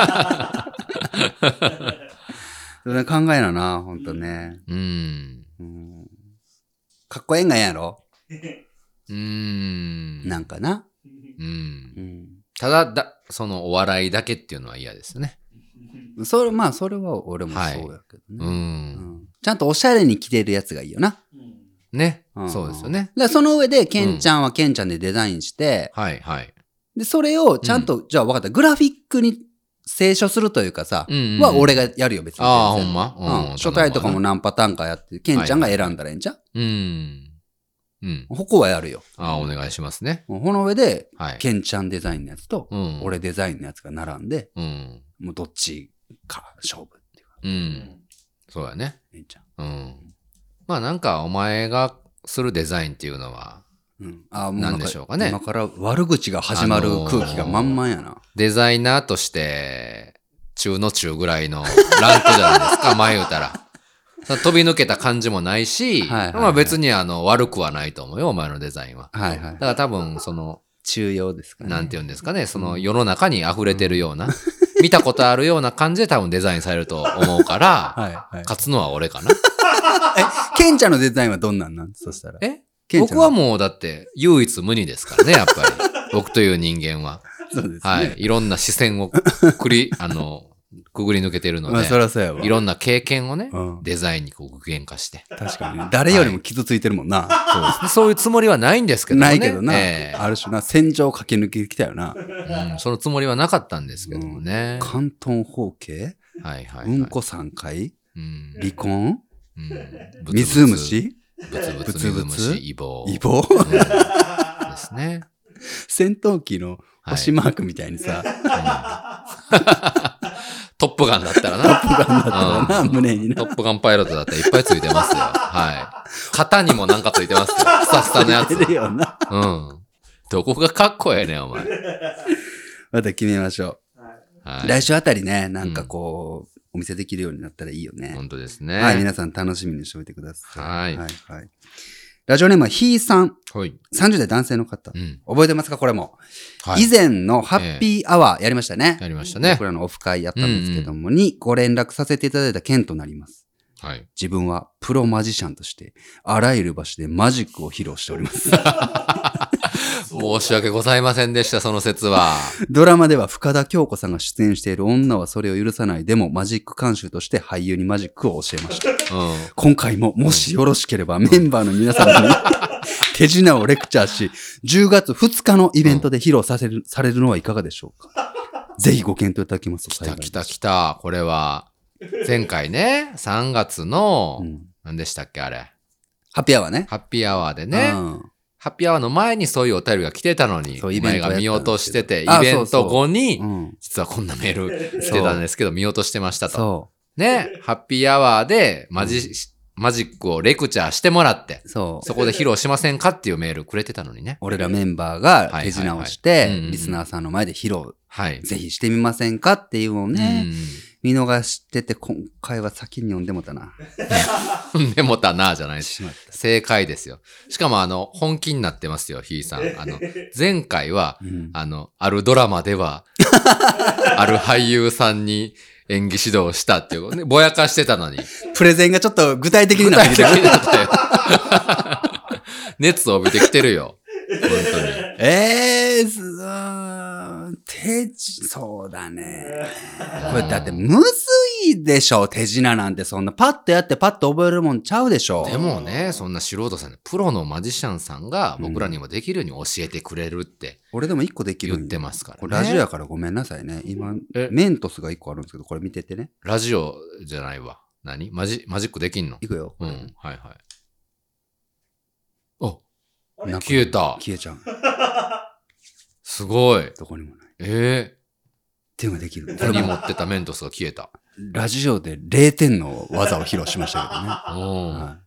それ考えなな、ほんとね。かっこええんがええやろ？なんかな。 ただ、そのお笑いだけっていうのは嫌ですね。 それは俺もそうやけどね。ちゃんとおしゃれに着てるやつがいいよな。 ね。そうですよね。 でその上で、ケンちゃんはケンちゃんでデザインして、 はいはい。 で、それをちゃんと、じゃあ分かった。グラフィックに清書するというかさ、は俺がやるよ、別に。 ああ、ほんま？ 書体とかも何パターンかやって、ケンちゃんが選んだらええんちゃう？ここはやるよ。 ああ、お願いしますね。 この上で、ケンちゃんデザインのやつと、俺デザインのやつが並んで、もうどっちか勝負っていうか。 そうやね。 ケンちゃん。 まあなんか、お前がするデザインっていうのは、何でしょうかね。 今から悪口が始まる空気が満々やな。 デザイナーとして、中の中ぐらいのランクじゃないですか、前言うたら。飛び抜けた感じもないし、まあ別に悪くはないと思うよ、お前のデザインは。だから多分、 中庸ですかね。 なんて言うんですかね、その世の中に溢れてるような、見たことあるような感じで多分デザインされると思うから、勝つのは俺かな。 ケンちゃんのデザインはどんなんそしたら。 僕はもうだって唯一無二ですからね、やっぱり。僕という人間は。 そうですね。 はい。いろんな視線をくぐり抜けてるので、 そりゃそうやわ。 いろんな経験をね、デザインに具現化して。 確かにね。誰よりも傷ついてるもんな。 そうですね。そういうつもりはないんですけどね。 ないけどな。ある種な、戦場を駆け抜けてきたよな。 そのつもりはなかったんですけどもね。 関東包茎うんこ3回離婚水虫ブツブツ水虫、イボですね。 戦闘機の星マークみたいにさ。 トップガンだったらな。 トップガンだったらな、胸にな。 トップガンパイロットだったらいっぱいついてますよ。はい。肩にもなんかついてますよ。スタスタのやつ。どこがかっこええねん、お前。 また決めましょう。来週あたりね、なんかこう、お見せできるようになったらいいよね。 本当ですね。 はい、皆さん楽しみにしておいてください。 はい。 ラジオネームはひーさん。 はい。 30代男性の方。覚えてますかこれも。以前のハッピーアワーやりましたね。 やりましたね。 僕らのオフ会やったんですけども、にご連絡させていただいた件となります。 はい。 自分はプロマジシャンとして、あらゆる場所でマジックを披露しております。 申し訳ございませんでした、その説は。 ドラマでは深田恭子さんが出演している女はそれを許さないでもマジック監修として俳優にマジックを教えました。今回ももしよろしければメンバーの皆さんに手品をレクチャーし、10月2日のイベントで披露されるのはいかがでしょうか。ぜひご検討いただきますと幸いです。来た。これは、前回ね、3月の、何でしたっけ、あれ。 ハッピーアワーね。 ハッピーアワーでね。ハッピーアワーの前にそういうお便りが来てたのに、お前が見落としてて、イベント後に、実はこんなメールしてたんですけど、見落としてましたと。ね、ハッピーアワーでマジックをレクチャーしてもらって、そこで披露しませんかっていうメールくれてたのにね。 俺らメンバーが手品をして、リスナーさんの前で披露、ぜひしてみませんかっていうのをね、見逃してて、今回は先に読んでもたな。 読んでもたな、じゃないです。正解ですよ。しかも本気になってますよ、ひーさん。前回は、あるドラマでは、ある俳優さんに演技指導したっていう、ね、ぼやかしてたのに。 プレゼンがちょっと具体的になってきてる。 熱を帯びてきてるよ。本当に。 そうだね。これだってむずいでしょ、手品なんてそんなパッとやってパッと覚えるもんちゃうでしょ。 でもね、そんな素人さんね、プロのマジシャンさんが僕らにもできるように教えてくれるって。 俺でも一個できる言ってますからね。 これラジオやからごめんなさいね。今、メントスが一個あるんですけど、これ見ててね。 ラジオじゃないわ。何マジックできんの？ いくよ。 うん。はいはい。消えた。 消えちゃう。 すごい。 どこにもない。 っていうのができる。 手に持ってたメントスが消えた。 ラジオで0点の技を披露しましたけどね。はい、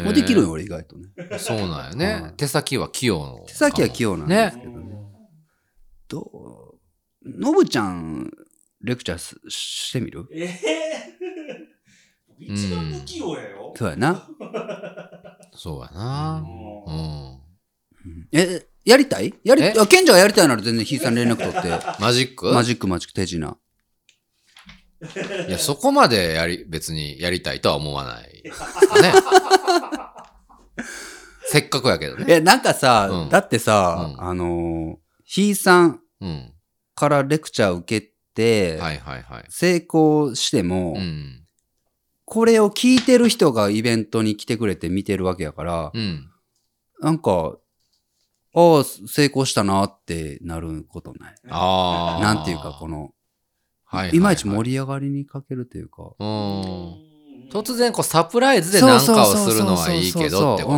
もうできるよ、俺意外とね。 そうなんよね。手先は器用。 手先は器用なんですけどね。のぶちゃん、レクチャーしてみる？ 一番不器用やよ。 そうやな。 そうやな。 やりたい？ケンジがやりたいなら全然ひーさん連絡取って。 マジック手品。 いや、そこまで別にやりたいとは思わないですね。せっかくやけどね。 なんかさ、だってさ、ひーさんからレクチャー受けて、成功しても、これを聞いてる人がイベントに来てくれて見てるわけやから、なんか、成功したなってなることない。なんていうか、いまいち盛り上がりに欠けるというか。 突然サプライズで何かをするのはいいけどってこと。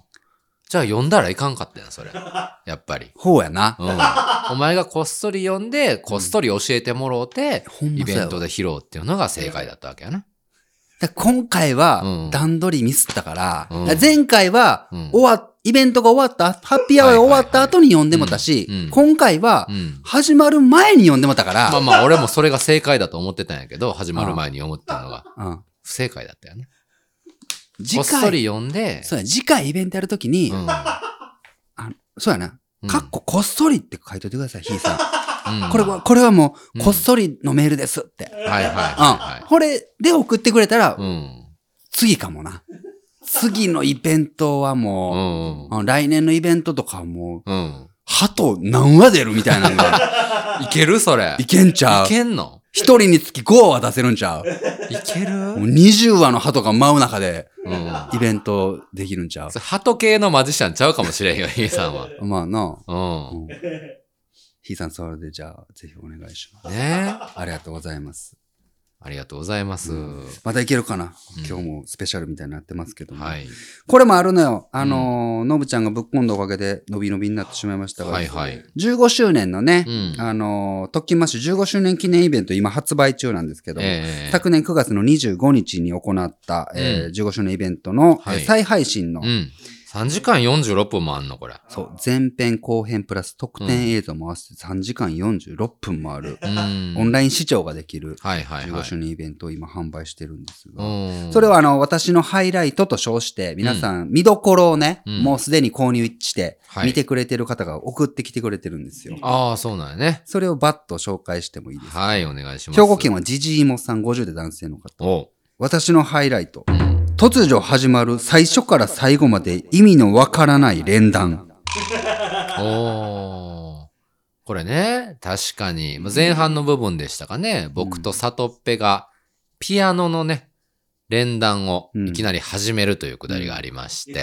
じゃあ呼んだらいかんかったやん、それ。やっぱり。 ほうやな。 お前がこっそり呼んで、こっそり教えてもろうて、イベントで披露っていうのが正解だったわけやな。 今回は段取りミスったから、前回はイベントが終わった、ハッピーアワーが終わった後に呼んでもたし、今回は始まる前に呼んでもたから。 まあ俺もそれが正解だと思ってたんやけど、始まる前に読むっていうのが不正解だったよね。こっそり呼んで。 そうや、次回イベントやるときに、そうやな、こっそりって書いといてください、ひーさん。これはもう、こっそりのメールですって。これで送ってくれたら、次かもな。次のイベントはもう、来年のイベントとかはもう、鳩何話出るみたいなのが。 いけるそれ。 いけんちゃう。 いけんの？ 一人につき5話出せるんちゃう。 いける？もう 20話の鳩が舞う中で、イベントできるんちゃう。 鳩系のマジシャンちゃうかもしれんよ、ひーさんは。 まあな。ひーさん、それでじゃあ、ぜひお願いします。ありがとうございます。 ありがとうございます。 またいけるかな、今日もスペシャルみたいになってますけども。これもあるのよ。のぶちゃんがぶっ込んだおかげで、伸び伸びになってしまいましたが、15周年のね、特勤マッシュ15周年記念イベント、今発売中なんですけども、昨年9月の25日に行った15周年イベントの再配信の、 3時間46分もあんのこれ。 そう。前編後編プラス特典映像も合わせて3時間46分もある。オンライン視聴ができる15周年イベントを今販売してるんですが。それは私のハイライトと称して、皆さん見どころをね、もうすでに購入して見てくれてる方が送ってきてくれてるんですよ。 ああ、そうなんやね。 それをバッと紹介してもいいですか？ はい、お願いします。 兵庫県はジジイモさん50で男性の方。 私のハイライト。突如始まる最初から最後まで意味のわからない連弾。 これね、確かに、前半の部分でしたかね、僕とサトッペがピアノのね、連弾をいきなり始めるというくだりがありまして、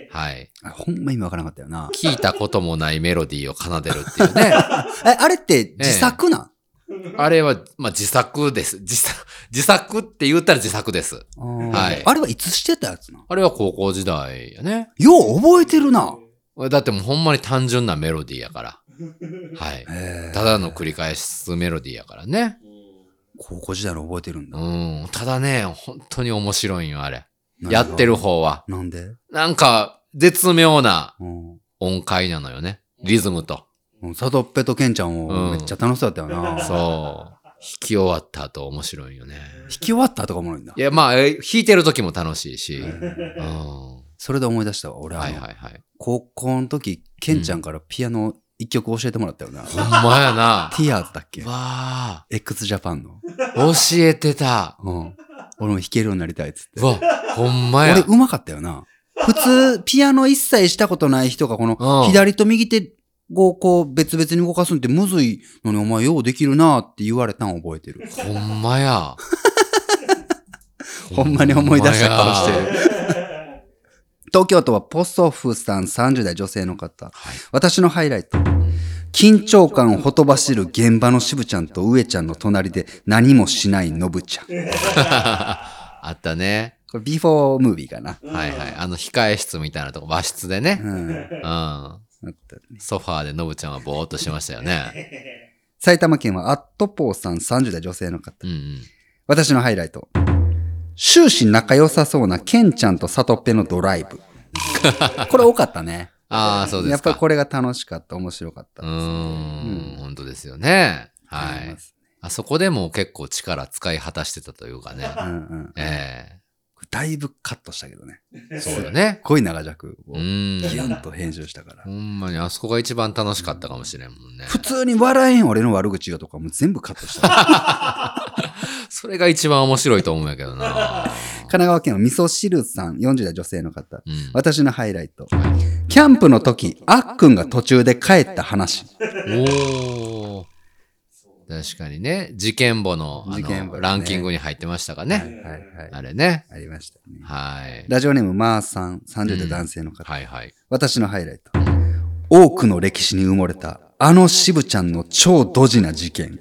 はい。 ほんま意味わからなかったよな。 聞いたこともないメロディーを奏でるっていうね。 あれって自作なん？ あれは、自作です。自作って言ったら自作です。はい。 あれはいつしてたやつな？ あれは高校時代やね。 よう覚えてるな。 だってもうほんまに単純なメロディーやから。はい。ただの繰り返すメロディーやからね。 高校時代の覚えてるんだ。 ただね、本当に面白いんよ、あれ。やってる方は。 なんで？ なんか、絶妙な音階なのよね。リズムと。 サトッペとケンちゃんもめっちゃ楽しそうだったよな。 そう。弾き終わった後面白いよね。 弾き終わった後がおもろいんだ。 いや、弾いてる時も楽しいし。 それで思い出したわ。俺高校の時、ケンちゃんからピアノ一曲教えてもらったよな。 ほんまやな。 ティアーズだっけ？ わー。 x ジャパンの。 教えてた。 俺も弾けるようになりたいっつって。 ほんまや。 俺上手かったよな。普通、ピアノ一切したことない人がこの左と右手をこう別々に動かすんってむずいのにお前ようできるなって言われたん覚えてる。 ほんまや。 ほんまに思い出した顔してる。東京都はポストフさん30代女性の方。私のハイライト。緊張感をほとばしる現場の渋ちゃんと上ちゃんの隣で何もしないのぶちゃん。 あったね。 これビフォームービーかな。 はいはい。控え室みたいなとこ、和室でね。ソファーでのぶちゃんはぼーっとしましたよね。 埼玉県はアットポーさん30代女性の方。私のハイライト。終始仲良さそうなケンちゃんとサトッペのドライブ。これ多かったね。 ああ、そうですか。 やっぱりこれが楽しかった、面白かった。 本当ですよね。はい。あそこでも結構力使い果たしてたというかね。 だいぶカットしたけどね。 そうだね。 濃い長尺をギュンと編集したから。 ほんまにあそこが一番楽しかったかもしれんもんね。 普通に笑えん俺の悪口がとかも全部カットした。 それが一番面白いと思うんやけどな。 神奈川県は味噌汁さん40代女性の方。私のハイライト。キャンプの時、あっくんが途中で帰った話。 確かにね。事件簿の、ランキングに入ってましたかね。あれね。 ありましたね。 はい。 ラジオネームマーさん30代男性の方。 はいはい。 私のハイライト。多くの歴史に埋もれた、あの渋ちゃんの超ドジな事件。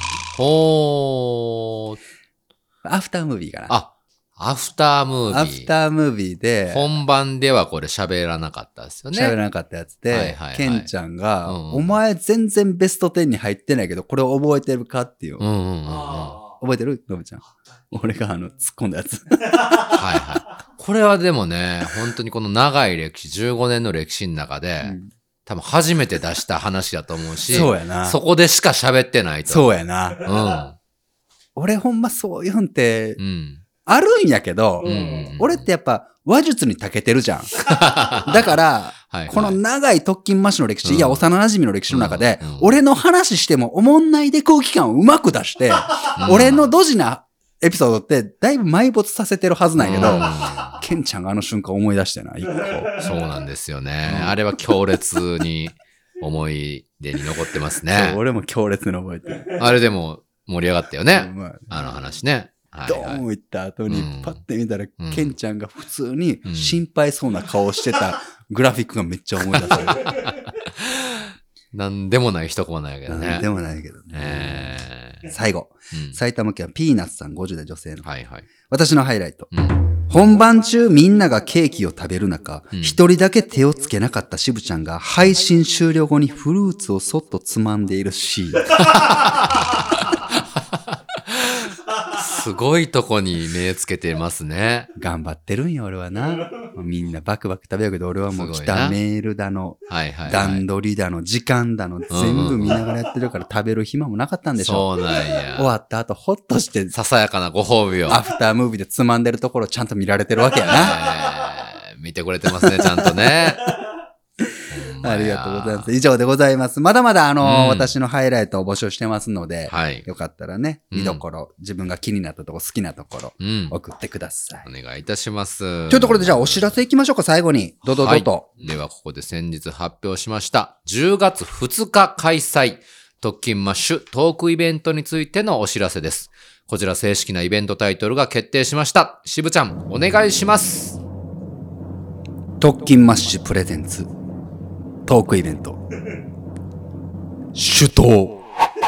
アフタームービーかな。 アフタームービー。 アフタームービーで。 本番ではこれ喋らなかったですよね。 喋らなかったやつで、ケンちゃんが、お前全然ベスト10に入ってないけど、これ覚えてるかっていう。覚えてるのぶちゃん。俺が突っ込んだやつ。 はいはい。これはでもね、本当にこの長い歴史、15年の歴史の中で、多分初めて出した話だと思うし、 そうやな。 そこでしか喋ってないと。 そうやな。俺ほんまそういうんって、あるんやけど、俺ってやっぱ話術に長けてるじゃん。だから、この長い特勤マッシュの歴史、いや幼馴染の歴史の中で、俺の話してもおもんないで空気感をうまく出して、俺のドジなエピソードってだいぶ埋没させてるはずなんやけど、ケンちゃんがあの瞬間思い出してな、一個。 そうなんですよね。あれは強烈に思い出に残ってますね。 そう、俺も強烈に覚えてる。 あれでも盛り上がったよね。あの話ね。 ドーン行った後にパッて見たら、ケンちゃんが普通に心配そうな顔してたグラフィックがめっちゃ思い出せる。 なんでもない一コマなんやけどね。 なんでもないけどね。最後、埼玉県はピーナッツさん50代女性の。私のハイライト。本番中みんながケーキを食べる中、一人だけ手をつけなかった渋ちゃんが配信終了後にフルーツをそっとつまんでいるシーン。 すごいとこに目つけてますね。 頑張ってるんよ、俺はな。みんなバクバク食べるけど、俺はもう来たメールだの、段取りだの、時間だの、全部見ながらやってるから食べる暇もなかったんでしょ。 そうなんや。 終わった後、ほっとして、 ささやかなご褒美を。 アフタームービーでつまんでるところちゃんと見られてるわけやな。 見てくれてますね、ちゃんとね。ほんんまや。 ありがとうございます。以上でございます。まだまだ私のハイライトを募集してますので、 はい。 よかったらね、見どころ、自分が気になったところ、好きなところ、送ってください。 お願いいたします。 というところでじゃあお知らせいきましょうか、最後に。どと。 ではここで先日発表しました、10月2日開催、特勤マッシュトークイベントについてのお知らせです。こちら正式なイベントタイトルが決定しました。渋ちゃん、お願いします。 特勤マッシュプレゼンツトークイベント首都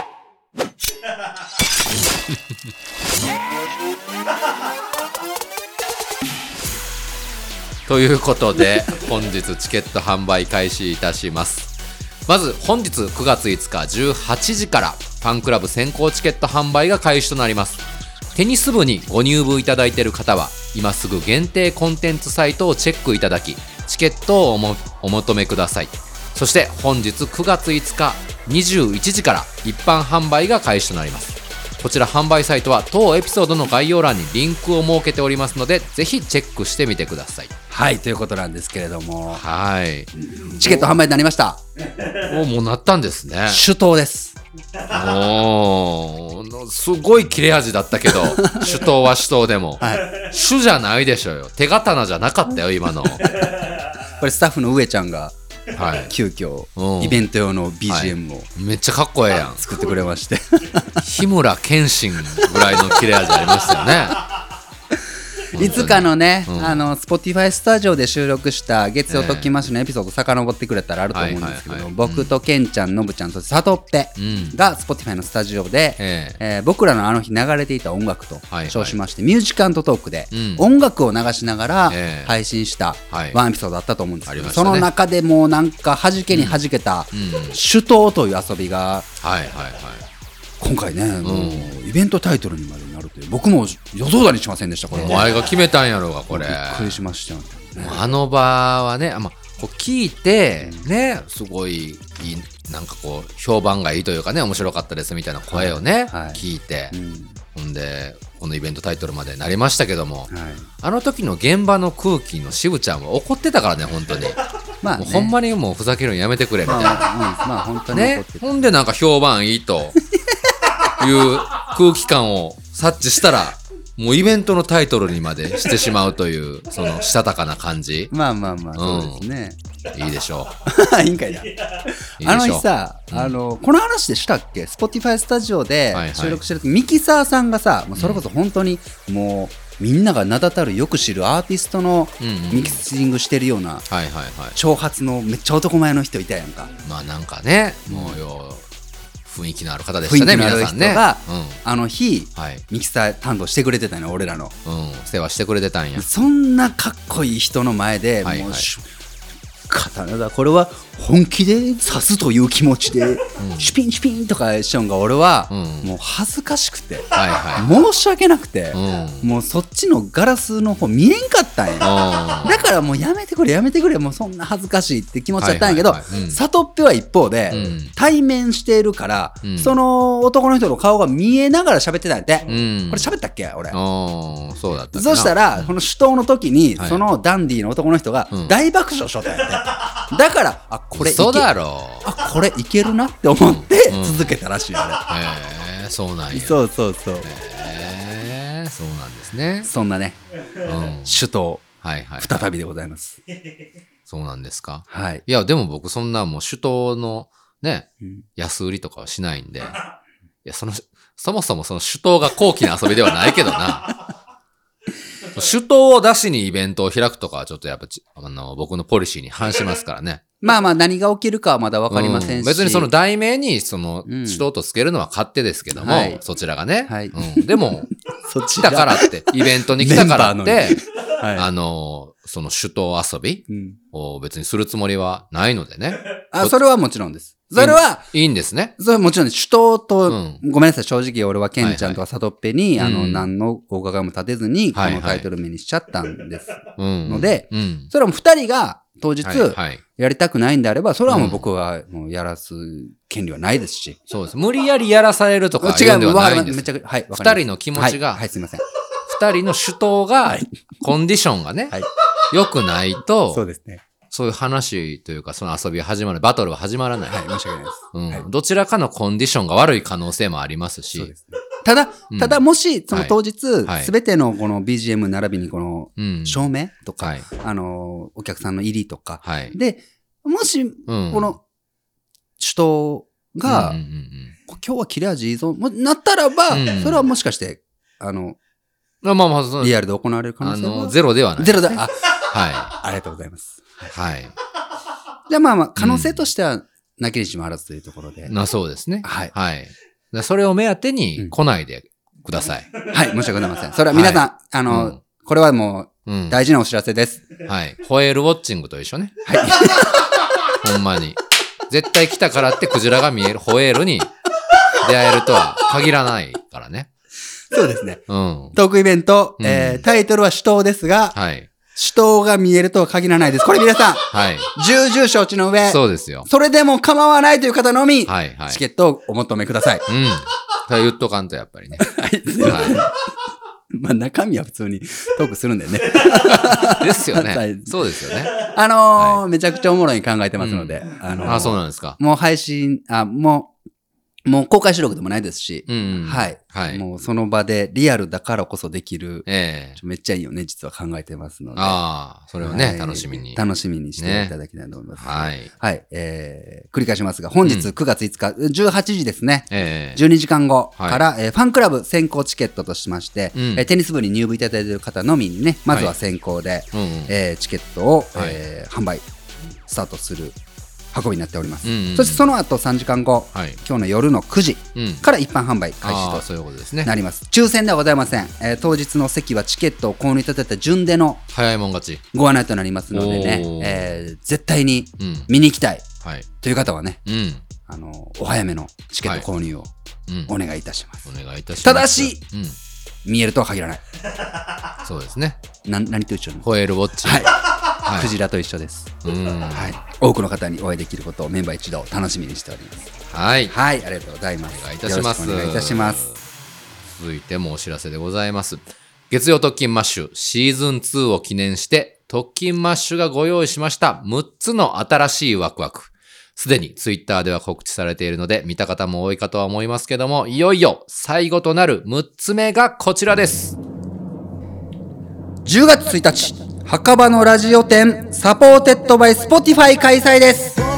ということで本日チケット販売開始いたします。まず本日9月5日18時からファンクラブ先行チケット販売が開始となります。テニス部にご入部いただいている方は今すぐ限定コンテンツサイトをチェックいただき、チケットをお求めください。そして本日9月5日21時から一般販売が開始となります。こちら販売サイトは当エピソードの概要欄にリンクを設けておりますので、ぜひチェックしてみてください。 はい、ということなんですけれども、 はい、 チケット販売になりました。 もうなったんですね。 首都です。 すごい切れ味だったけど首都は首都でも、はい、首じゃないでしょよ。手刀じゃなかったよ今の。これスタッフの上ちゃんが、 はい、 急遽イベント用の BGM を、はい、 めっちゃかっこええやん作ってくれまして日村謙信ぐらいの切れ味ありましたよね。 いつかのね、Spotify スタジオで収録した月曜特勤マッシュのエピソード遡ってくれたらあると思うんですけど、僕とケンちゃん、ノブちゃん、そしてサトッペが Spotify のスタジオで、僕らのあの日流れていた音楽と称しまして、ミュージカルトークで音楽を流しながら配信したワンエピソードだったと思うんですけど、その中でもなんか弾けに弾けた首都という遊びが今回ね、もうイベントタイトルにまでなるという、僕も予想だにしませんでした。これお前が決めたんやろうがこれ。 びっくりしましたよね。 あの場はね、こう聞いてね、すごいいい、なんかこう評判がいいというかね、面白かったですみたいな声をね、聞いて、ほんでこのイベントタイトルまでなりましたけども、あの時の現場の空気の渋ちゃんは怒ってたからね、本当に。もうほんまにもうふざけるのやめてくれみたいな。 本当にね、ほんでなんか評判いいという空気感を察知したら、もうイベントのタイトルにまでしてしまうという、そのしたたかな感じ。 そうですね。 いいでしょう。いいんかいな。あの日さ、この話でしたっけ？ Spotify スタジオで収録してると、ミキサーさんがさ、それこそ本当にもうみんなが名だたるよく知るアーティストのミキシングしてるような長髪のめっちゃ男前の人いたやんか。 なんかね、もう雰囲気のある方でしたね、皆さんね。 あの日、ミキサー担当してくれてたの、俺らの。 世話してくれてたんや。 そんなかっこいい人の前で、もう刀だ、これは本気で刺すという気持ちで、シュピンシュピンとかしちゃうんが、俺はもう恥ずかしくて、申し訳なくて、もうそっちのガラスの方見えんかったんや。だからもうやめてくれやめてくれ、もうそんな恥ずかしいって気持ちだったんやけど、サトッペは一方で対面しているから、その男の人の顔が見えながら喋ってたんやって。これ喋ったっけ俺。 そうだった。 そしたらこの首都の時にそのダンディーの男の人が大爆笑しとったんやって。だからこれ嘘だろ、 これいけるなって思って続けたらしいあれ。そうなんや。 そうそうなんですね。 そんなね、首都再びでございます。 そうなんですか。 はい。 いやでも僕そんなもう首都のね、安売りとかはしないんで、いやそもそもその首都が高貴な遊びではないけどな。首都を出しにイベントを開くとかはちょっとやっぱ僕のポリシーに反しますからね。 何が起きるかはまだ分かりませんし、 別にその題名にその首都とつけるのは勝手ですけども、そちらがね、でも来たからってイベントに来たからってその首都遊びを別にするつもりはないのでね。 それはもちろんです。それはいいんですね。 それはもちろん首都と、ごめんなさい、正直俺はケンちゃんとかサトッペに何のお伺いも立てずにこのタイトル名にしちゃったんですので、それはもう2人が当日やりたくないんであれば、それはもう僕はもうやらす権利はないですし。 そうです。無理やりやらされるとかいうのではないんです。2人の気持ちが、 すいません。 2人の首都が、コンディションがね、良くないと、 そうですね。 そういう話というか、その遊びが始まる、バトルは始まらない。 はい、申し訳ないです。 うんはいどちらかのコンディションが悪い可能性もありますし。 そうですね。ただもし、その当日、 はいすべてのこの BGM 並びにこのうん照明とか、 はいお客さんの入りとか、 はい。 で、もし、 うんこの人が、 うんうんうん今日は切れ味いいぞ、なったらば、 うんそれはもしかして、 うんまあまあ、そのリアルで行われる可能性はゼロではない。 ゼロだ。あ、 はありがとうございます。 い。はい。 じゃあまあまあ、可能性としては、なきにしもあらずというところで。 そうですね。 はい。 はい。それを目当てに来ないでください。 はい、申し訳ございません。それは皆さん、 うんこれはもう、 うん。 大事なお知らせです。 はい。ホエールウォッチングと一緒ね。 はい。 ほんまに。絶対来たからってクジラが見えるホエールに出会えるとは限らないからね。 そうですね。 うん。 トークイベント、 うんタイトルは死闘ですが、 はい。 死闘が見えるとは限らないです。これ皆さん、 はい。 重々承知の上、 そうですよ。 それでも構わないという方のみ、 はいはい。 チケットをお求めください。 うん。それ言っとかんとやっぱりね。 はい。すいませんはまあ中身は普通にトークするんだよね。 い。ですよはねい。 そうですよね。 めちゃくちゃおもろいに考えてますので、 そうなんですか。 もう配信、もう公開収録でもないですし、 うん。 はい。 はい。 もうその場でリアルだからこそできる、 ええ。 めっちゃいいよね、実は考えてますので。 ああ、それをはね、 い楽しみに。 楽しみにしていただきたいと思います。 はい。 はい。繰り返しますが、本日9月5日、18時ですね。 ええ。 12時間後から、 はファンクラブ先行チケットとしまして、 うんテニス部に入部いただいている方のみにね、まずは先行で、 うんうん。 チケットを、 はい販売、スタートする運びになっております。 うんうんそしてその後3時間後、 はい。 今日の夜の9時うん。 から一般販売開ああ、 始そういうことですねと。なります。抽選ではございません。当日の席はチケットを購入いただいた順での早いもん勝ち。 ご案内となりますのでおね、 ー絶対にうん。 見に行きたいはい。 という方はね、 うん。 お早めのチケット購入をうん。 お願いいたします。 お願いいたします。 ただし、 うん。 見えるとは限らない。 そうですね。 何と一緒にホエールウォッチ。 はい。 はいクジラと一緒です。 うん。 はい。多くの方にお会いできることをメンバー一同楽しみにしております。 はい。 はい、ありがとうございます。 お願いいたします。 よろしくお願いいたします。 続いてもお知らせでございます。月曜特勤マッシュシーズン2を記念して特勤マッシュがご用意しました6つの新しいワクワク。すでにツイッターでは告知されているので見た方も多いかとは思いますけども、いよいよ最後となる6つ目がこちらです。 10月1日、墓場のラジオ展サポーテッドバイスポティファイ開催です。 と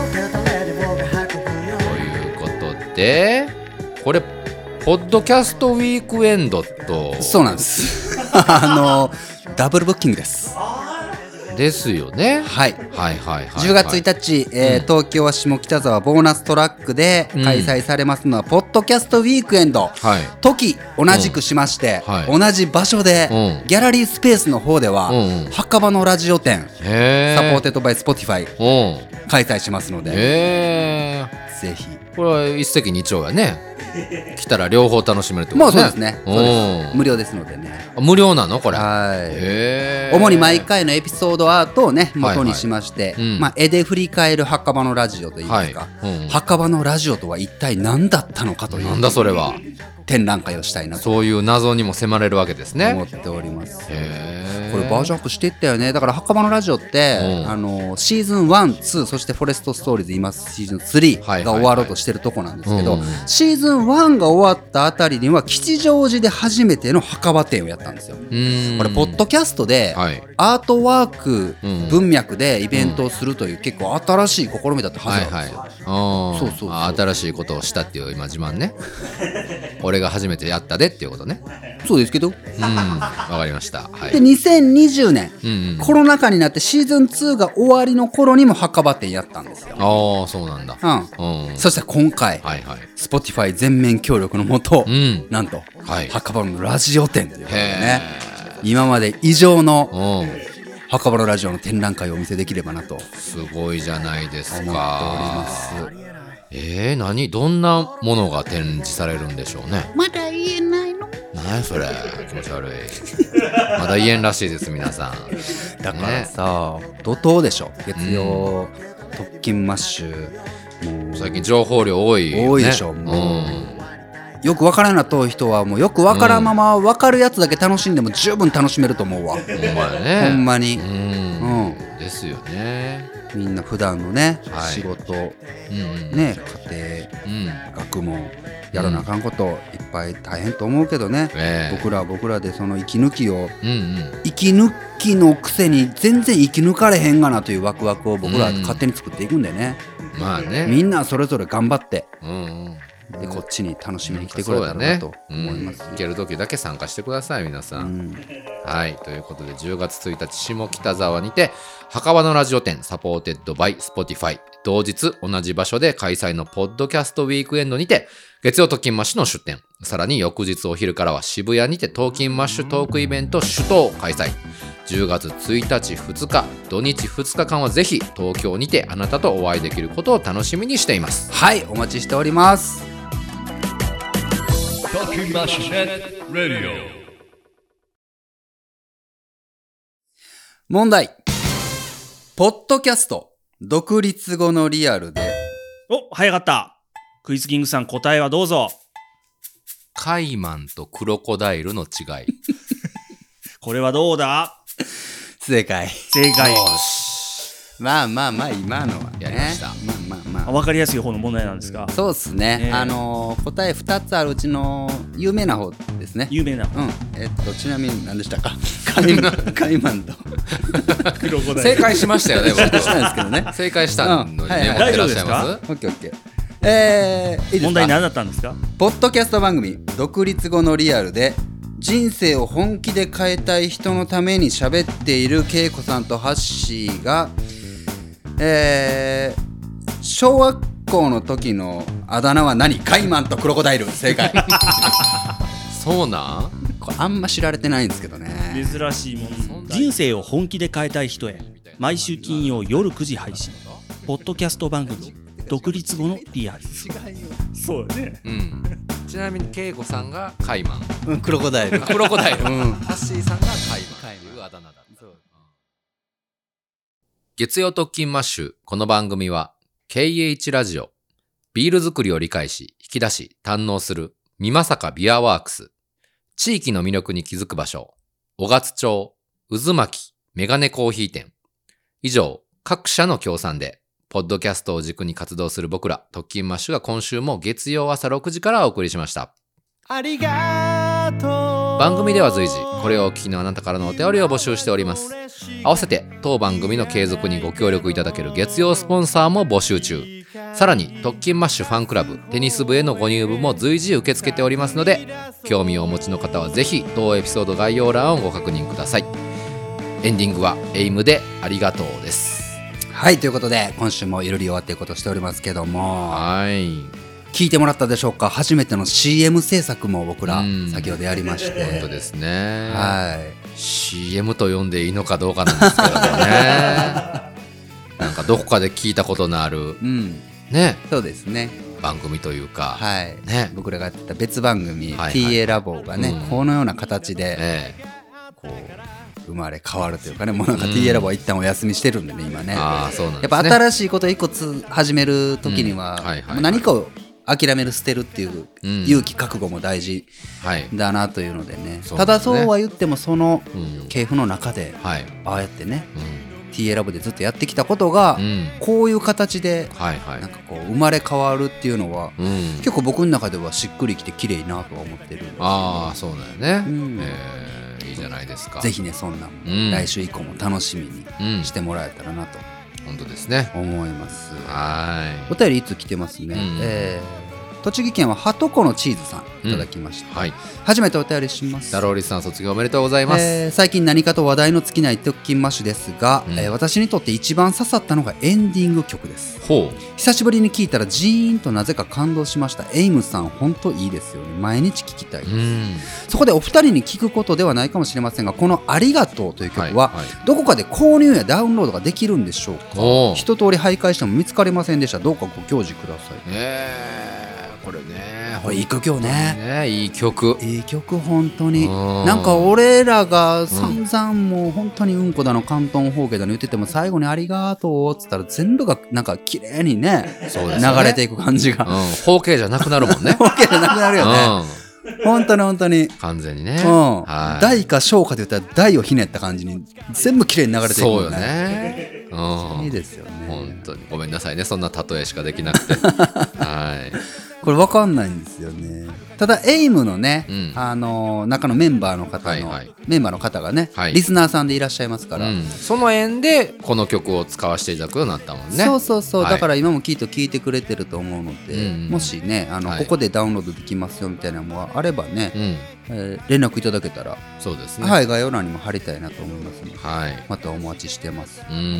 いうことで、これ、ポッドキャストウィークエンドと、 そうなんです。ダブルブッキングです。 ですよね。 はい。 はいはいはい。 10月1日、東京は下北沢ボーナストラックで開催されますのは、ポッドキャストウィークエンド。 はい。 時同じくしまして、 はい同じ場所で、 うんギャラリースペースの方では、 うん墓場のラジオ展、 へー。 サポーテッドバイスポティファイうん。 開催しますので、 へぜひ。 ー。これは一石二鳥やね。来たら両方楽しめるってこもうとそうですね。そうですうん無料ですのでね。 あ無料なのこれ。 はい。 へー。 主に毎回のエピソードアートをね、元にしまして、 うん絵で振り返る墓場のラジオといいますか、 はいうん墓場のラジオとは一体何だったのかというなんだそれは。 展覧会をしたいなとそういう謎にも迫れるわけですね。 思っております。 へー。 これバージョンアップしていったよね。だから墓場のラジオって、シーズン1、2、そしてフォレストストーリーズ今シーズン3が終わろうとしてるとこなんですけど、シーズン1が終わったあたりには吉祥寺で初めての墓場展をやったんですよ。これポッドキャストで、 はい。 アートワークうん文脈でイベントをするという結構新しい試みだったははいはい。 ずなんですよ。 そうそうそう新しいことをしたっていう今自慢ね。俺が初めてやったでっていうことね。 そうですけど、 うん。わかりました。はでい。 2020年、 うんうん。 コロナ禍になってシーズン2が終わりの頃にも墓場展やったんですよ。 ああ、そうなんだ。うん。 そして今回、 はいはい。 Spotify 全面協力のもと、 うん。 なんと、 はい墓場のラジオ展ということでへね、今まで以上のうん。 墓場のラジオの展覧会をお見せできればなと思ってすごいじゃないですおりか。 ます。 何どんなものが展示されるんでしょうね。 まだ言えないの？ 何それ気持ち悪い。まだ言えんらしいです、皆さん。 だからさ、怒涛でしょ。月曜、特勤マッシュ、もう最近情報量多いよね。 多いでしょもううん。 よくわからんな遠い人はもうよくわからんままわかるやつだけ楽しんでも十分楽しめると思うわ。 ほんまやね。 ほんまに。 うん。 うん。 ですよね。 みんな普段のね、 はい、 仕事、 ね、 家庭、学問やらなあかんこといっぱい大変と思うけどね、僕らは僕らでその息抜きを、息抜きのくせに全然息抜かれへんがなというワクワクを僕らは勝手に作っていくんでね、 まあね、 みんなそれぞれ頑張って、でこっちに楽しみに来てくれたらなと思います。 行ける時だけ参加してください皆さん、はい、ということで10月1日下北沢にて墓場のラジオ展サポーテッドバイスポティファイ、同日同じ場所で開催のポッドキャストウィークエンドにて月曜特勤マッシュの出展、さらに翌日お昼からは渋谷にて特勤マッシュトークイベント首都を開催。10月1日2日土日2日間はぜひ東京にてあなたとお会いできることを楽しみにしています。 はい、お待ちしております。問題。ポッドキャスト独立後のリアルで。 お、早かった。クイズキングさん、答えはどうぞ。 カイマンとクロコダイルの違い。 これはどうだ？ 正解。 正解。 まあ今のはね、 やりました。 分かりやすい方の問題なんですか？ そうですね、答え2つあるうちの有名な方ですね。 有名な方、 ちなみに何でしたか？カイマンとクロコダイル。 正解しましたよね。僕したんですけどね。 正解したのにメモってらっしゃいます？ オッケーオッケー。いいですか？ 問題何だったんですか？ ポッドキャスト番組独立後のリアルで人生を本気で変えたい人のために喋っている恵子さんとハッシーが、小学校の時のあだ名は何？カイマンとクロコダイル。正解。 そうなん？ これあんま知られてないんですけどね。 珍しいもん。人生を本気で変えたい人へ、毎週金曜夜9時配信ポッドキャスト番組独立後のリアル。そうだね。 ちなみに恵子さんがカイマン、 クロコダイル。 クロコダイル。ハッシーさんがカイマンというあだ名だった。月曜特勤マッシュ。この番組は KH ラジオ、ビール作りを理解し引き出し堪能する美作ビアワークス、地域の魅力に気づく場所小勝町渦巻メガネコーヒー店、以上各社の協賛でポッドキャストを軸に活動する僕ら特勤マッシュが今週も月曜朝6時からお送りしました。 ありがとう。 番組では随時これをお聞きのあなたからのお便りを募集しております。合わせて当番組の継続にご協力いただける月曜スポンサーも募集中。さらに特勤マッシュファンクラブテニス部へのご入部も随時受け付けておりますので、興味をお持ちの方はぜひ当エピソード概要欄をご確認ください。エンディングはエイムでありがとうです。 はい、ということで今週もゆるり終わっていくことしておりますけども、 はい、 聞いてもらったでしょうか？初めての CM 制作も僕ら先ほどやりまして。 本当ですね。 はい、 CM と呼んでいいのかどうかなんですけどね。なんかどこかで聞いたことのある、ね、 そうですね、 番組というか、 はいね、 僕らがやってた別番組、TA ラボがね、このような形で、こう生まれ変わるというかね、もうなんか TA ラボは一旦お休みしてるんでね今ね。 そうなんですね。 やっぱ新しいことを一個始める時には、何かを諦める捨てるっていう勇気覚悟も大事だなというのでね、ただそうは言ってもその系譜の中でああやってね、TA ラボでずっとやってきたことがこういう形でなんかこう生まれ変わるっていうのは結構僕の中ではしっくりきて綺麗なとは思ってるんです。 そうだよね。いいじゃないですか。 ぜひね、そんな来週以降も楽しみにしてもらえたらなと本当ですね、 思います。 はい、 お便りいつ来てますね。栃木県ははとこのチーズさんいただきました。初めてお便りします。 ダローリさん卒業おめでとうございます。 最近何かと話題の尽きない特勤マッシュですが、私にとって一番刺さったのがエンディング曲です。久しぶりに聴いたらジーンとなぜか感動しました。エイムさん本当いいですよね。毎日聴きたいです。そこでお二人に聞くことではないかもしれませんが、このありがとうという曲はどこかで購入やダウンロードができるんでしょうか？一通り徘徊しても見つかりませんでした。どうかご教示ください。 これね、 これいい曲よね。 いい曲、 いい曲本当に。なんか俺らが散々もう本当にうんこだの関東方形だの言ってても、最後にありがとうっつったら全部がなんか綺麗にね流れていく感じが、 方形じゃなくなるもんね。 方形じゃなくなるよね。本当に本当に完全にね。 大か小かで言ったら大をひねった感じに全部綺麗に流れていくよね。 そうよね。 いいですよね。 本当にごめんなさいね、そんな例えしかできなくてはい、 これ分かんないんですよね。ただエイムのね、中のメンバーの方がね、リスナーさんでいらっしゃいますから、 その縁でこの曲を使わせていただくようになったもんね。 そう、だから今もきっと聞いてくれてると思うので、もしねここでダウンロードできますよみたいなのがあればね、連絡いただけたら、 そうですね、 概要欄にも貼りたいなと思いますので、またお待ちしてます。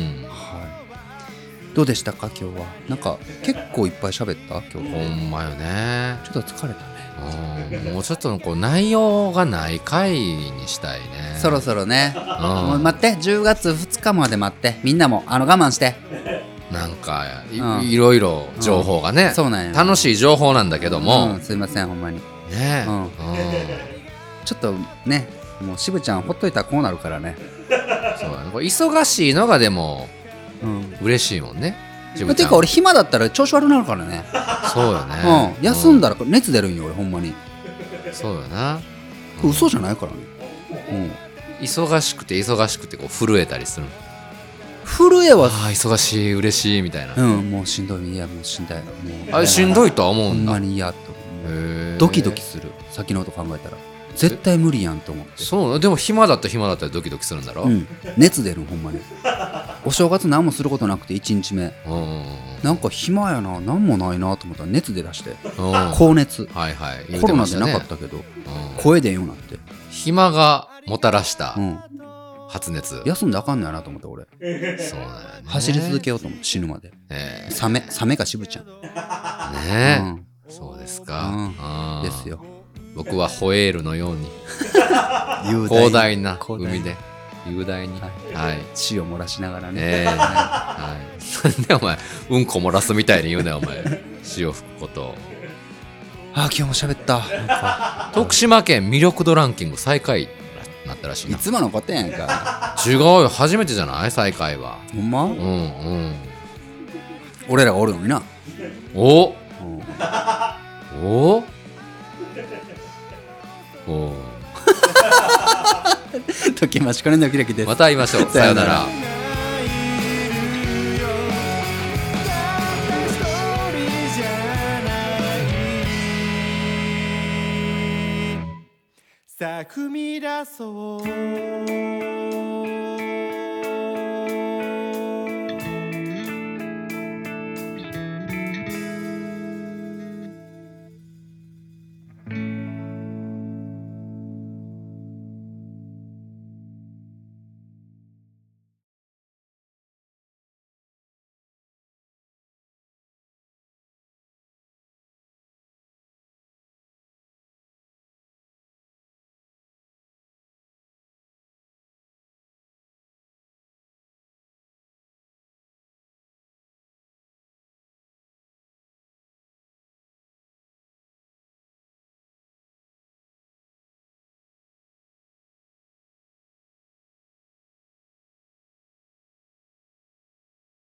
どうでしたか今日は。なんか結構いっぱい喋った今日。 ほんまよね。 ちょっと疲れたね。 もうちょっとこう内容がない回にしたいね。 そろそろね。もう待って、10月2日まで待って、みんなも我慢して。 なんかいろいろ情報がね、 そうなんや。 楽しい情報なんだけども、 すいませんほんまにね。 ちょっとね、もう渋ちゃんほっといたらこうなるからね。 そうだね。これ忙しいのがでも嬉しいもんね。 ていうか俺暇だったら調子悪くなるからね。 そうよね。 休んだら熱出るんよ俺ほんまに。 そうよな。 嘘じゃないからね。 忙しくてこう震えたりする。 震えは忙しい嬉しいみたいな。 もうしんどい。いやもうしんどい。 あれしんどいとは思うんだ。 ほんまに嫌と。ドキドキする。先のこと考えたら絶対無理やんと思って。 そうでも暇だったらドキドキするんだろ。 熱出るほんまに。お正月何もすることなくて1日目なんか暇やな、何もないなと思ったら熱出だして、高熱。コロナじゃなかったけど声出んようになって、 暇がもたらした発熱。 休んであかんのやなと思って俺。 そうだよね。 走り続けようと思って死ぬまで。サメか渋ちゃんね。そうですか。 ですよ。 僕はホエールのように広大な海で雄大に血を漏らしながらね。 なんでお前うんこ漏らすみたいに言うねお前、血を吹くことを。 今日も喋った。 徳島県魅力度ランキング最下位になったらしいな。 いつものことやんか。 違うよ、初めてじゃない最下位は。 ほんま？俺らがおるのにな。時ましこねのきらきです。 また会いましょう。さよなら。 さあ踏み出そう